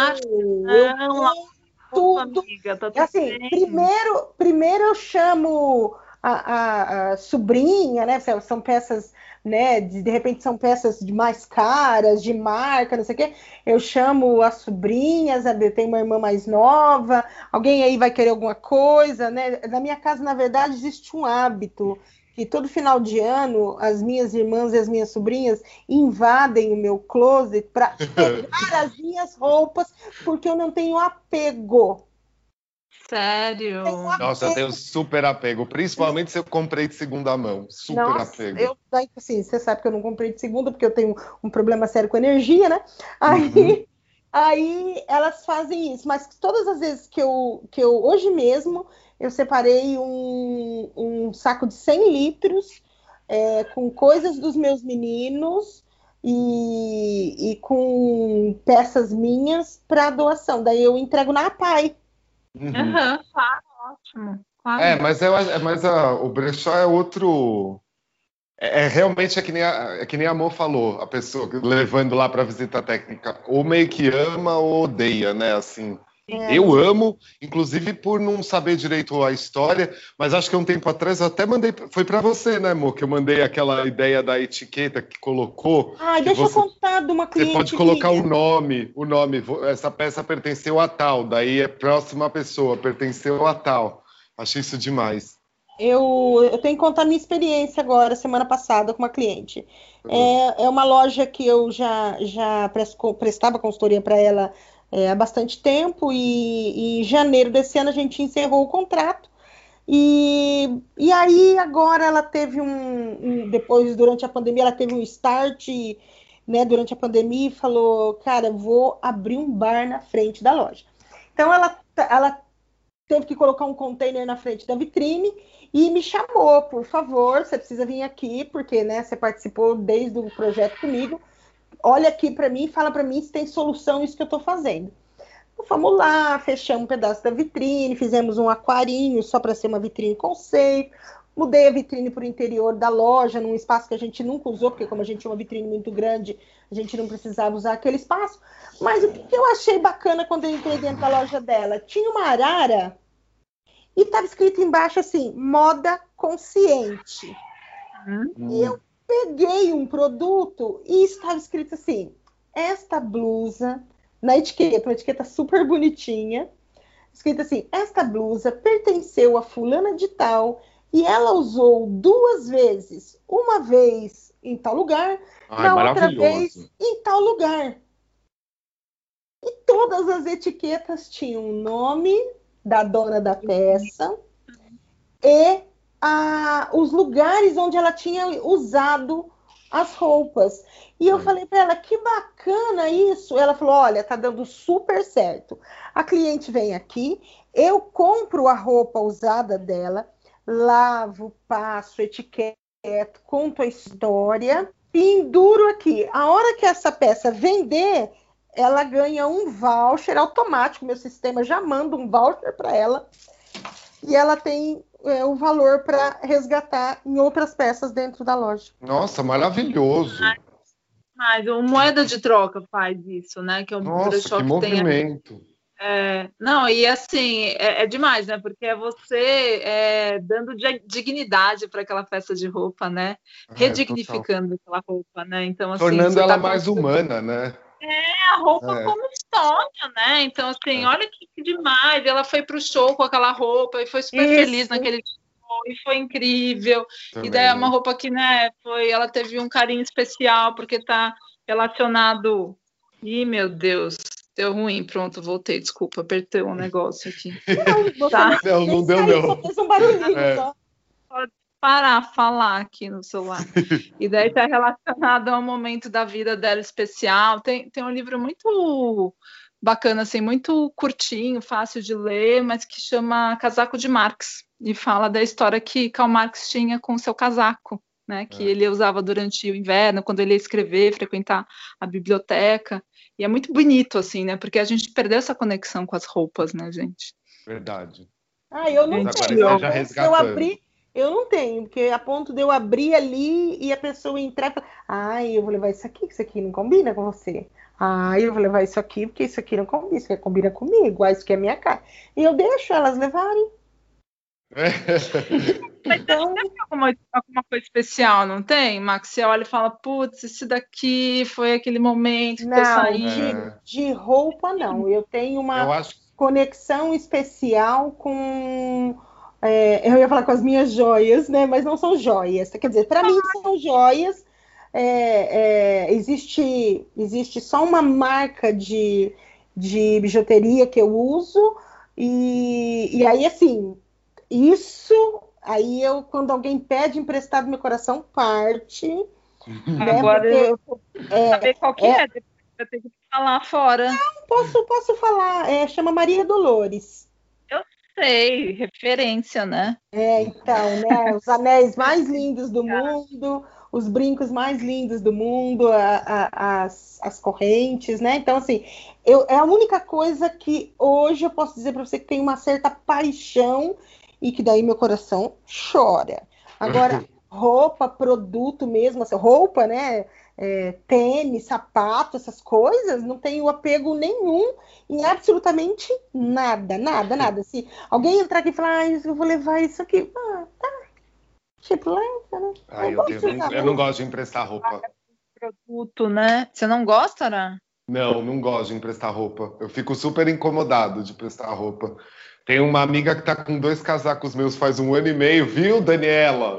dou tudo. Amiga, tá assim, primeiro eu chamo a sobrinha, né? São peças, né? De repente são peças de mais caras, de marca, não sei o quê. Eu chamo as sobrinhas, eu tenho uma irmã mais nova, alguém aí vai querer alguma coisa, né? Na minha casa, na verdade, existe um hábito que todo final de ano as minhas irmãs e as minhas sobrinhas invadem o meu closet para pegar as minhas roupas, porque eu não tenho apego. Sério? Nossa, eu tenho super apego, principalmente se eu comprei de segunda mão. Super apego. Assim, você sabe que eu não comprei de segunda, porque eu tenho um problema sério com energia, né? Aí elas fazem isso, mas todas as vezes que eu hoje mesmo, eu separei um saco de 100 litros com coisas dos meus meninos e com peças minhas para doação. Daí eu entrego na APAI. Claro, ótimo. Claro. Mas o brechó é outro... realmente que nem a Mo falou, a pessoa levando lá para visita técnica, ou meio que ama ou odeia, né? Assim, eu amo, inclusive por não saber direito a história, mas acho que um tempo atrás eu até mandei, foi para você, né, Mo, que eu mandei aquela ideia da etiqueta que colocou. Deixa eu contar de uma cliente. Você pode colocar o nome, essa peça pertenceu a tal, daí é próxima pessoa, pertenceu a tal. Achei isso demais. Eu tenho que contar minha experiência agora, semana passada, com uma cliente. É uma loja que eu já prestava consultoria para ela há bastante tempo, e em janeiro desse ano a gente encerrou o contrato. E aí agora ela teve depois, durante a pandemia, ela teve um start, né, durante a pandemia, e falou, cara, vou abrir um bar na frente da loja. Então ela teve que colocar um container na frente da vitrine e me chamou, por favor, você precisa vir aqui, porque, né, você participou desde o projeto comigo, olha aqui para mim e fala para mim se tem solução isso que eu estou fazendo. Então, fomos lá, fechamos um pedaço da vitrine, fizemos um aquarinho só para ser uma vitrine conceito, mudei a vitrine para o interior da loja, num espaço que a gente nunca usou, porque como a gente tinha uma vitrine muito grande, a gente não precisava usar aquele espaço. Mas o que eu achei bacana quando eu entrei dentro da loja dela? Tinha uma arara e estava escrito embaixo assim, moda consciente. E eu peguei um produto e estava escrito assim, esta blusa, na etiqueta, uma etiqueta super bonitinha, escrito assim, esta blusa pertenceu a fulana de tal e ela usou 2 vezes, uma vez em tal lugar, na outra vez em tal lugar. E todas as etiquetas tinham o nome da dona da peça e os lugares onde ela tinha usado as roupas. E eu falei para ela, que bacana isso. Ela falou, olha, tá dando super certo. A cliente vem aqui, eu compro a roupa usada dela, lavo, passo, etiqueta, conto a história, penduro aqui. A hora que essa peça vender, ela ganha um voucher automático, meu sistema já manda um voucher para ela, e ela tem o valor para resgatar em outras peças dentro da loja. Nossa, maravilhoso. Mas o Moeda de Troca faz isso, né? Que é um Nossa, que movimento. Não, e assim, é demais, né? Porque é você dando dignidade para aquela peça de roupa, né? Redignificando aquela roupa, né? Então, assim, tornando ela mais humana, né? A roupa como história, né? Então, assim, olha que demais. Ela foi pro show com aquela roupa e foi super feliz naquele show e foi incrível. Também, e daí é uma roupa que, né, ela teve um carinho especial porque tá relacionado. Ih, meu Deus. Deu ruim, pronto, voltei, desculpa, apertei um negócio aqui. Não deu não. Só fez um barulhinho, só. Pode parar, falar aqui no celular. E daí tá relacionado a um momento da vida dela especial. Tem um livro muito bacana, assim, muito curtinho, fácil de ler, mas que chama Casaco de Marx, e fala da história que Karl Marx tinha com o seu casaco, né, que ele usava durante o inverno, quando ele ia escrever, frequentar a biblioteca. E é muito bonito, assim, né? Porque a gente perdeu essa conexão com as roupas, né, gente? Verdade. Eu não tenho. Eu não tenho, porque a ponto de eu abrir ali e a pessoa entrar e falar, eu vou levar isso aqui não combina com você. Eu vou levar isso aqui, porque isso aqui não combina, isso aqui combina comigo, isso aqui é minha cara. E eu deixo elas levarem. Então, tem alguma coisa especial, não tem, Max? Você olha e fala, putz, esse daqui foi aquele momento que eu saí. De roupa, não. Eu tenho uma conexão especial com... eu ia falar com as minhas joias, né? Mas não são joias. Quer dizer, para mim são joias. Existe só uma marca de bijuteria que eu uso. E aí, assim, aí quando alguém pede emprestado, meu coração parte. Agora porque, eu vou saber qual que é. Eu tenho que falar fora. Não, posso falar. Chama Maria Dolores. Eu sei, referência, né? Então, né? Os anéis mais lindos do mundo, os brincos mais lindos do mundo, as correntes, né? Então, assim, é a única coisa que hoje eu posso dizer para você que tem uma certa paixão e que daí meu coração chora. Agora, roupa, produto mesmo, assim, roupa, né? Tênis, sapato, essas coisas, não tenho apego nenhum em absolutamente nada. Se alguém entrar aqui e falar, eu vou levar isso aqui, tá. Tipo, leva, né? Eu não gosto de emprestar roupa. Produto, né? Você não gosta, né? Não gosto de emprestar roupa. Eu fico super incomodado de emprestar roupa. Tem uma amiga que tá com 2 casacos meus faz 1 ano e meio, viu, Daniela?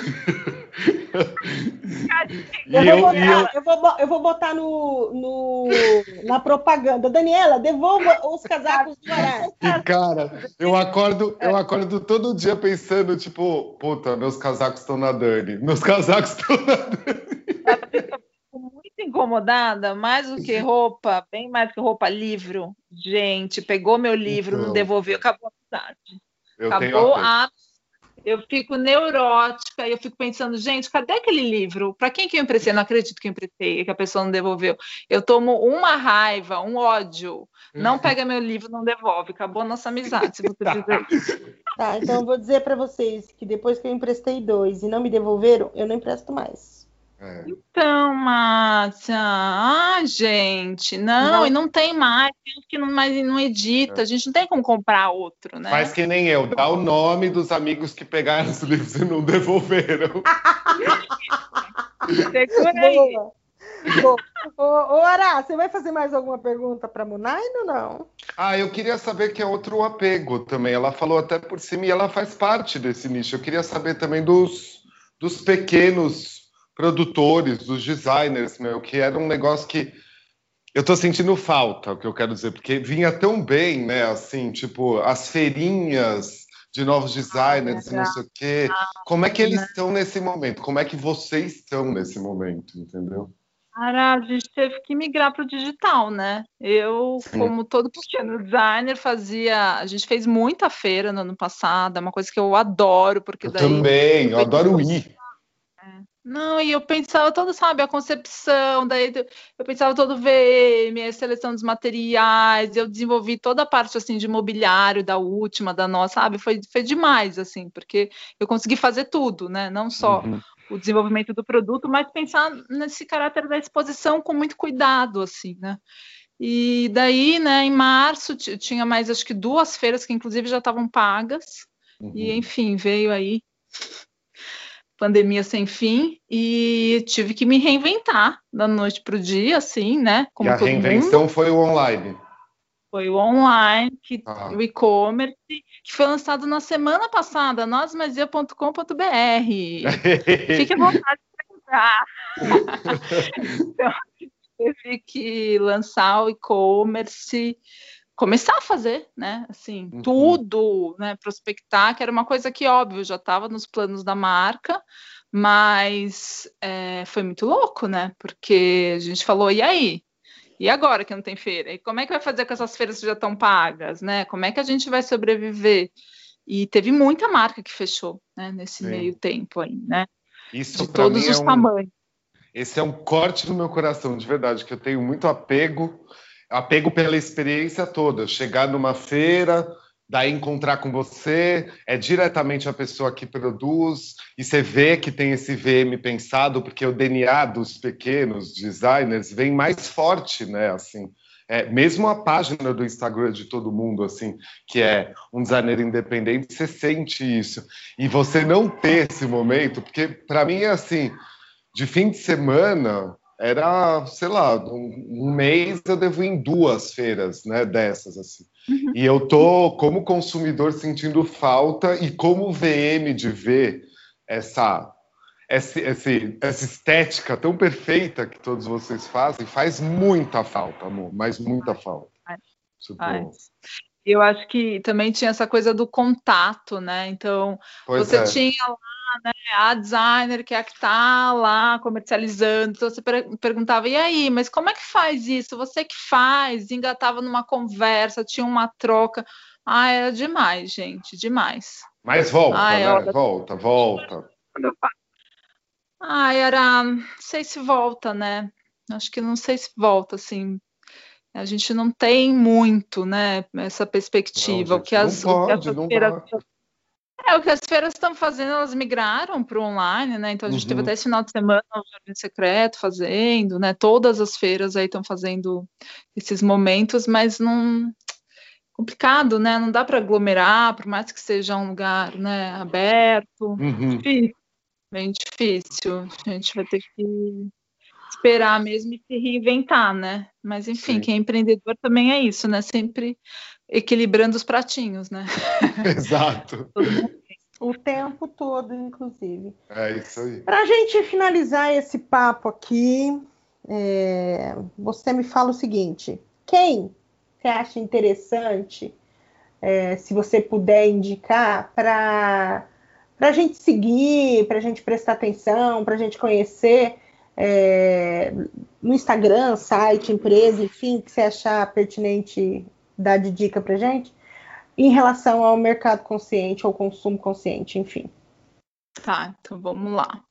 Eu vou botar na propaganda. Daniela, devolva os casacos do Ará. E, cara, eu acordo todo dia pensando, tipo, puta, meus casacos estão na Dani. Meus casacos estão na Dani. Muito incomodada, mais do que roupa, bem mais do que roupa, livro. Gente, pegou meu livro, não devolveu, acabou a amizade. Eu fico neurótica e eu fico pensando, gente, cadê aquele livro? Para quem que eu emprestei? Não acredito que eu emprestei, que a pessoa não devolveu. Eu tomo uma raiva, um ódio. Não pega meu livro, não devolve. Acabou a nossa amizade, se você fizer isso. Tá, então eu vou dizer para vocês que depois que eu emprestei 2 e não me devolveram, eu não empresto mais. Então, Márcia, gente, não, e não tem mais, que não edita, a gente não tem como comprar outro, né? Faz que nem eu, dá o nome dos amigos que pegaram os livros e não devolveram. Segura aí. Ô, Ará, você vai fazer mais alguma pergunta para a Munaina ou não? Eu queria saber que é outro apego também, ela falou até por cima e ela faz parte desse nicho, eu queria saber também dos pequenos produtores, dos designers, que era um negócio que eu tô sentindo falta, o que eu quero dizer, porque vinha tão bem, né, assim, tipo, as feirinhas de novos designers e não sei o quê. Como é que eles estão nesse momento? Como é que vocês estão nesse momento, entendeu? Cara, a gente teve que migrar para o digital, né? Eu, como todo pequeno designer, a gente fez muita feira no ano passado, é uma coisa que eu adoro, porque eu também, eu adoro ir. Não, e eu pensava todo, sabe, a concepção, daí eu pensava todo VM, a seleção dos materiais, eu desenvolvi toda a parte, assim, de mobiliário da última, da nossa, sabe, foi demais, assim, porque eu consegui fazer tudo, né, não só o desenvolvimento do produto, mas pensar nesse caráter da exposição com muito cuidado, assim, né. E daí, né, em março, tinha mais, acho que 2 feiras que, inclusive, já estavam pagas, e, enfim, veio aí pandemia sem fim, e tive que me reinventar da noite para o dia, assim, né? Como e a todo reinvenção mundo. Foi o online. Foi o online, o e-commerce, que foi lançado na semana passada, nosmagia.com.br. Fique à vontade de perguntar. Então, teve que lançar o e-commerce, começar a fazer, né, assim, tudo, né, prospectar, que era uma coisa que, óbvio, já estava nos planos da marca, mas foi muito louco, né, porque a gente falou, e aí? E agora que não tem feira? E como é que vai fazer com essas feiras que já estão pagas, né? Como é que a gente vai sobreviver? E teve muita marca que fechou, né, nesse meio tempo aí, né? Isso, de todos os tamanhos. Esse é um corte no meu coração, de verdade, que eu tenho muito apego pela experiência toda. Chegar numa feira, daí encontrar com você, é diretamente a pessoa que produz, e você vê que tem esse VM pensado, porque o DNA dos pequenos designers vem mais forte, né? Assim, mesmo a página do Instagram de todo mundo, assim, que é um designer independente, você sente isso. E você não ter esse momento, porque para mim é assim, de fim de semana, era, sei lá, um mês eu devo ir em 2 feiras, né, dessas, assim. E eu tô, como consumidor, sentindo falta, e como VM de ver essa estética tão perfeita que todos vocês fazem, faz muita falta, amor, mas muita falta. Eu acho que também tinha essa coisa do contato, né? Então, você tinha lá, né, a designer que é a que está lá comercializando, então você perguntava, e aí, mas como é que faz isso? Você que faz, engatava numa conversa, tinha uma troca. Era demais, gente, demais. Mas volta, né? Volta. Não sei se volta, né? Acho que não sei se volta, assim. A gente não tem muito, né, essa perspectiva. Não, o que as feiras estão fazendo, elas migraram para o online, né? Então a gente teve até esse final de semana o Jardim Secreto fazendo, né? Todas as feiras aí estão fazendo esses momentos, mas não complicado, né? Não dá para aglomerar, por mais que seja um lugar, né, aberto. Difícil, bem difícil. A gente vai ter que esperar mesmo e se reinventar, né? Mas enfim, quem é empreendedor também é isso, né? Sempre equilibrando os pratinhos, né? Exato. O tempo todo, inclusive. É isso aí. Para a gente finalizar esse papo aqui, você me fala o seguinte: quem você acha interessante, se você puder indicar, para a gente seguir, para a gente prestar atenção, para a gente conhecer no Instagram, site, empresa, enfim, que você achar pertinente dar de dica para a gente, em relação ao mercado consciente ou consumo consciente, enfim. Tá, então vamos lá.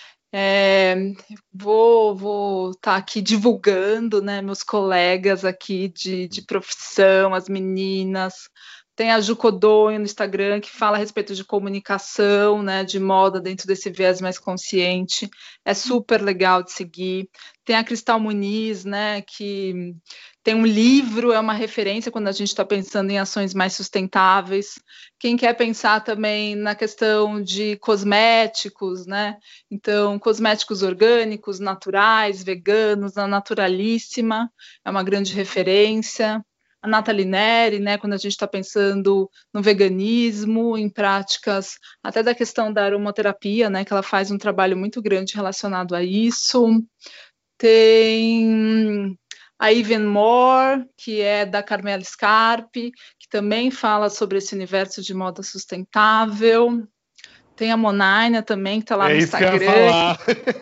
Vou estar aqui divulgando, né, meus colegas aqui de profissão, as meninas. Tem a Ju Codonho no Instagram, que fala a respeito de comunicação, né, de moda dentro desse viés mais consciente. É super legal de seguir. Tem a Cristal Muniz, né, que tem um livro, é uma referência quando a gente está pensando em ações mais sustentáveis. Quem quer pensar também na questão de cosméticos, né? Então, cosméticos orgânicos, naturais, veganos, a Naturalíssima é uma grande referência. A Nathalie Neri, né, quando a gente está pensando no veganismo, em práticas até da questão da aromaterapia, né, que ela faz um trabalho muito grande relacionado a isso. Tem a Even More, que é da Carmela Scarpi, que também fala sobre esse universo de moda sustentável. Tem a Monaina também, que está lá no Instagram. É isso que eu ia falar.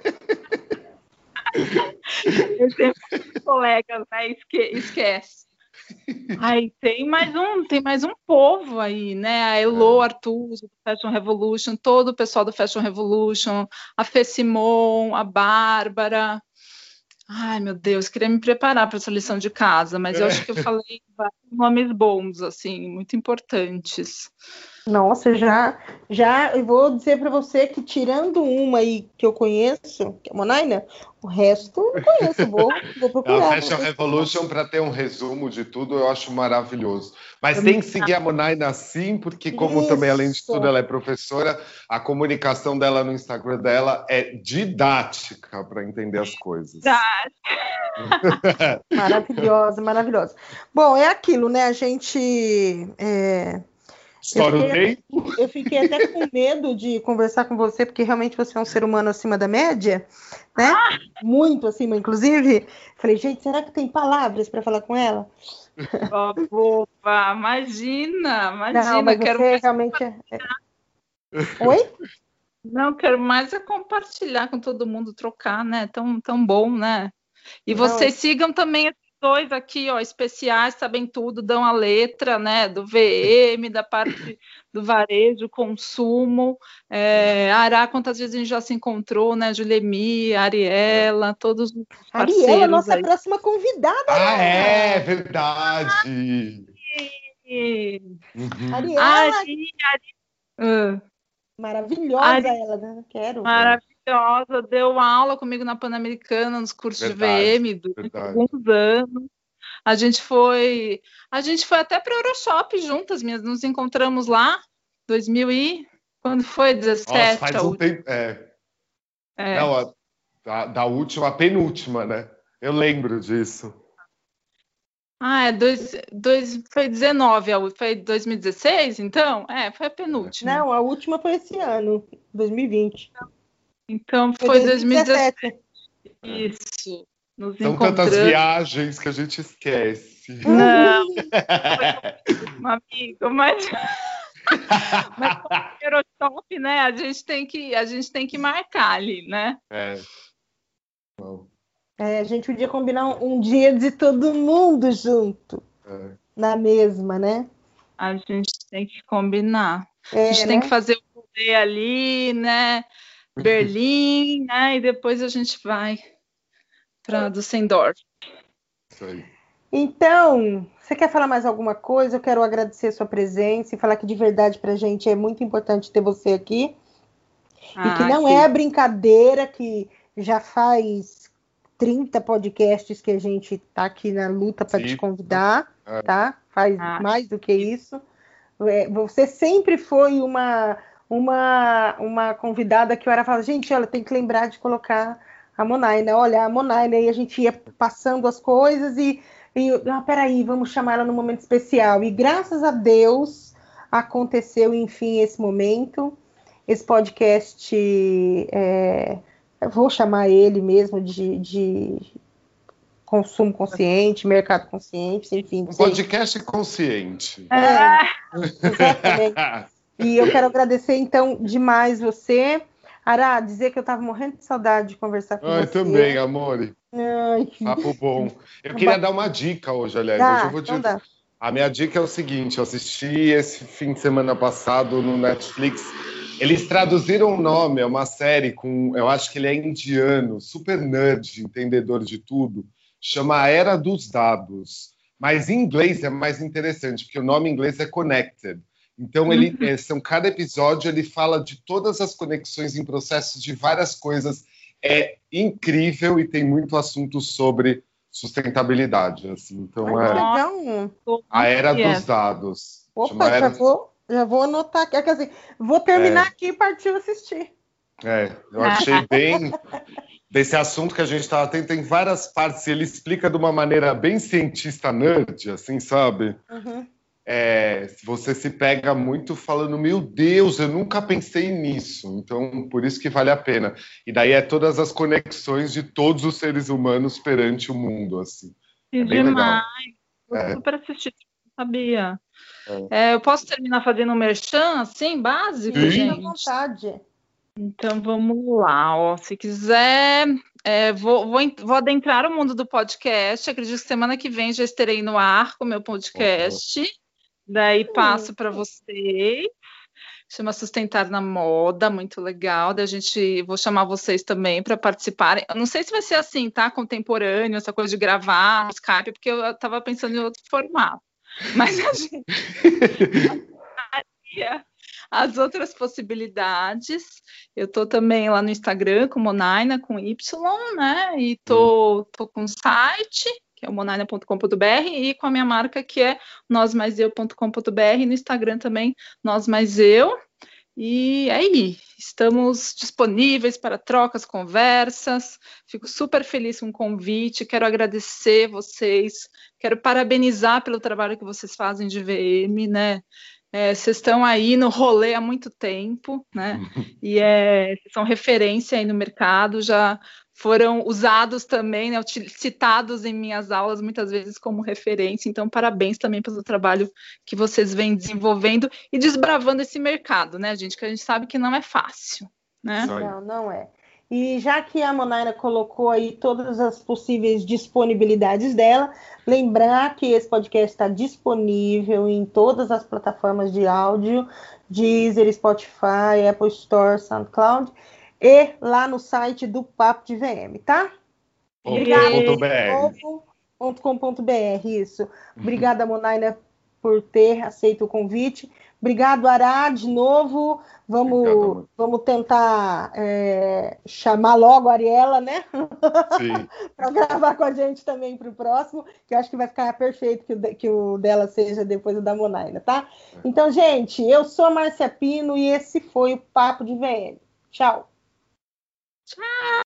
Eu tenho colegas, né? Esquece. Ai, tem mais um povo aí, né? A Elo Artuso, do Fashion Revolution, todo o pessoal do Fashion Revolution, a Fê Simon, a Bárbara. Ai, meu Deus, queria me preparar para essa lição de casa, mas eu acho que eu falei vários nomes bons, assim, muito importantes. Nossa, já eu vou dizer para você que tirando uma aí que eu conheço, que é a Monaina, o resto eu não conheço, vou procurar. A Fashion Revolution, para ter um resumo de tudo, eu acho maravilhoso. Mas tem que seguir a Monaina sim, porque como também, além de tudo, ela é professora, a comunicação dela no Instagram dela é didática para entender as coisas. Maravilhosa, maravilhosa. Bom, é aquilo, né? A gente... Eu fiquei até com medo de conversar com você, porque realmente você é um ser humano acima da média, né? Muito acima, inclusive. Falei, gente, será que tem palavras para falar com ela? Boba, imagina. Não, mas quero você realmente Oi? Não, quero mais compartilhar com todo mundo, trocar, né? Tão bom, né? E vocês sigam também dois aqui, ó, especiais, sabem tudo, dão a letra, né, do VM, da parte do varejo, consumo, Ará, quantas vezes a gente já se encontrou, né, Julemi, Ariela, todos os parceiros. Ariela, nossa próxima convidada. É verdade. Ariela. Maravilhosa ela, né? Quero. Maravilhosa, deu aula comigo na Pan-Americana, nos cursos de VM durante alguns anos. A gente foi até para o Euroshop juntas, nos encontramos lá, quando foi? 17? Nossa, faz um tempo. Não, da última, a penúltima, né? Eu lembro disso. Foi 19, foi 2016, então? Foi a penúltima. Não, a última foi esse ano, 2020. Então foi 2017. Isso. São tantas viagens que a gente esquece. Não, um amigo, mas no Euroshop, né? A gente tem que marcar ali, né? A gente podia combinar um dia de todo mundo junto, na mesma, né? A gente tem que combinar. A gente tem que fazer o rolê ali, né? Berlim, né? E depois a gente vai para Düsseldorf. Isso aí. Então, você quer falar mais alguma coisa? Eu quero agradecer a sua presença e falar que de verdade para a gente é muito importante ter você aqui. E que não é brincadeira, que já faz 30 podcasts que a gente está aqui na luta para te convidar, tá? Faz mais do que isso. Você sempre foi uma convidada que eu era falar, gente, olha, tem que lembrar de colocar a Monaina, olha, a Monaina, e a gente ia passando as coisas e peraí, vamos chamar ela num momento especial. E graças a Deus aconteceu, enfim, esse momento. Esse podcast, eu vou chamar ele mesmo de consumo consciente, mercado consciente, enfim. Um podcast consciente. Exatamente. E eu quero agradecer, então, demais você. Ará, dizer que eu estava morrendo de saudade de conversar com você. Eu também, amore. Papo bom. Eu queria dar uma dica hoje, aliás. Hoje eu vou dizer. A minha dica é o seguinte, eu assisti esse fim de semana passado no Netflix. Eles traduziram o nome, é uma série eu acho que ele é indiano, super nerd, entendedor de tudo. Chama A Era dos Dados. Mas em inglês é mais interessante, porque o nome em inglês é Connected. Então, cada episódio ele fala de todas as conexões em processos de várias coisas. É incrível e tem muito assunto sobre sustentabilidade. Assim. Então, A Era dos Dados. Opa, já vou anotar aqui. Quer dizer, vou terminar aqui e partir assistir. Eu achei bem... Desse assunto que a gente estava tendo, tem várias partes. Ele explica de uma maneira bem cientista nerd, assim, sabe? Você se pega muito falando, meu Deus, eu nunca pensei nisso. Então, por isso que vale a pena. E daí todas as conexões de todos os seres humanos perante o mundo, assim. É bem legal. Vou super assistir, não sabia. Eu posso terminar fazendo um merchan, assim, básico, Sim, gente? à vontade. Então, vamos lá. Ó. Se quiser, vou adentrar o mundo do podcast. Acredito que semana que vem já estarei no ar com o meu podcast. Daí passo para vocês. Chama Sustentar na Moda, muito legal. Vou chamar vocês também para participarem. Eu não sei se vai ser assim, tá? Contemporâneo, essa coisa de gravar no Skype, porque eu estava pensando em outro formato. Mas a gente as outras possibilidades. Eu tô também lá no Instagram com Monaina, com Y, né? E tô com um site, que é o monaina.com.br, e com a minha marca, que é nosmaiseu.com.br, no Instagram também, nosmaiseu. E aí, estamos disponíveis para trocas, conversas. Fico super feliz com o convite. Quero agradecer vocês. Quero parabenizar pelo trabalho que vocês fazem de VM, né? Vocês estão aí no rolê há muito tempo, né? E são referência aí no mercado, já foram usados também, né, citados em minhas aulas muitas vezes como referência. Então, parabéns também pelo trabalho que vocês vêm desenvolvendo e desbravando esse mercado, né, gente? Que a gente sabe que não é fácil, né? Não é. E já que a Monaina colocou aí todas as possíveis disponibilidades dela, lembrar que esse podcast está disponível em todas as plataformas de áudio, Deezer, Spotify, Apple Store, SoundCloud, e lá no site do Papo de VM, tá? .com.br, isso. Obrigada, Monaina, por ter aceito o convite. Obrigado, Ará, de novo. Vamos tentar chamar logo a Ariela, né? Para gravar com a gente também para o próximo, que eu acho que vai ficar perfeito que o dela seja depois do da Monaina, tá? Então, gente, eu sou a Márcia Pino e esse foi o Papo de VM. Tchau. Tchau.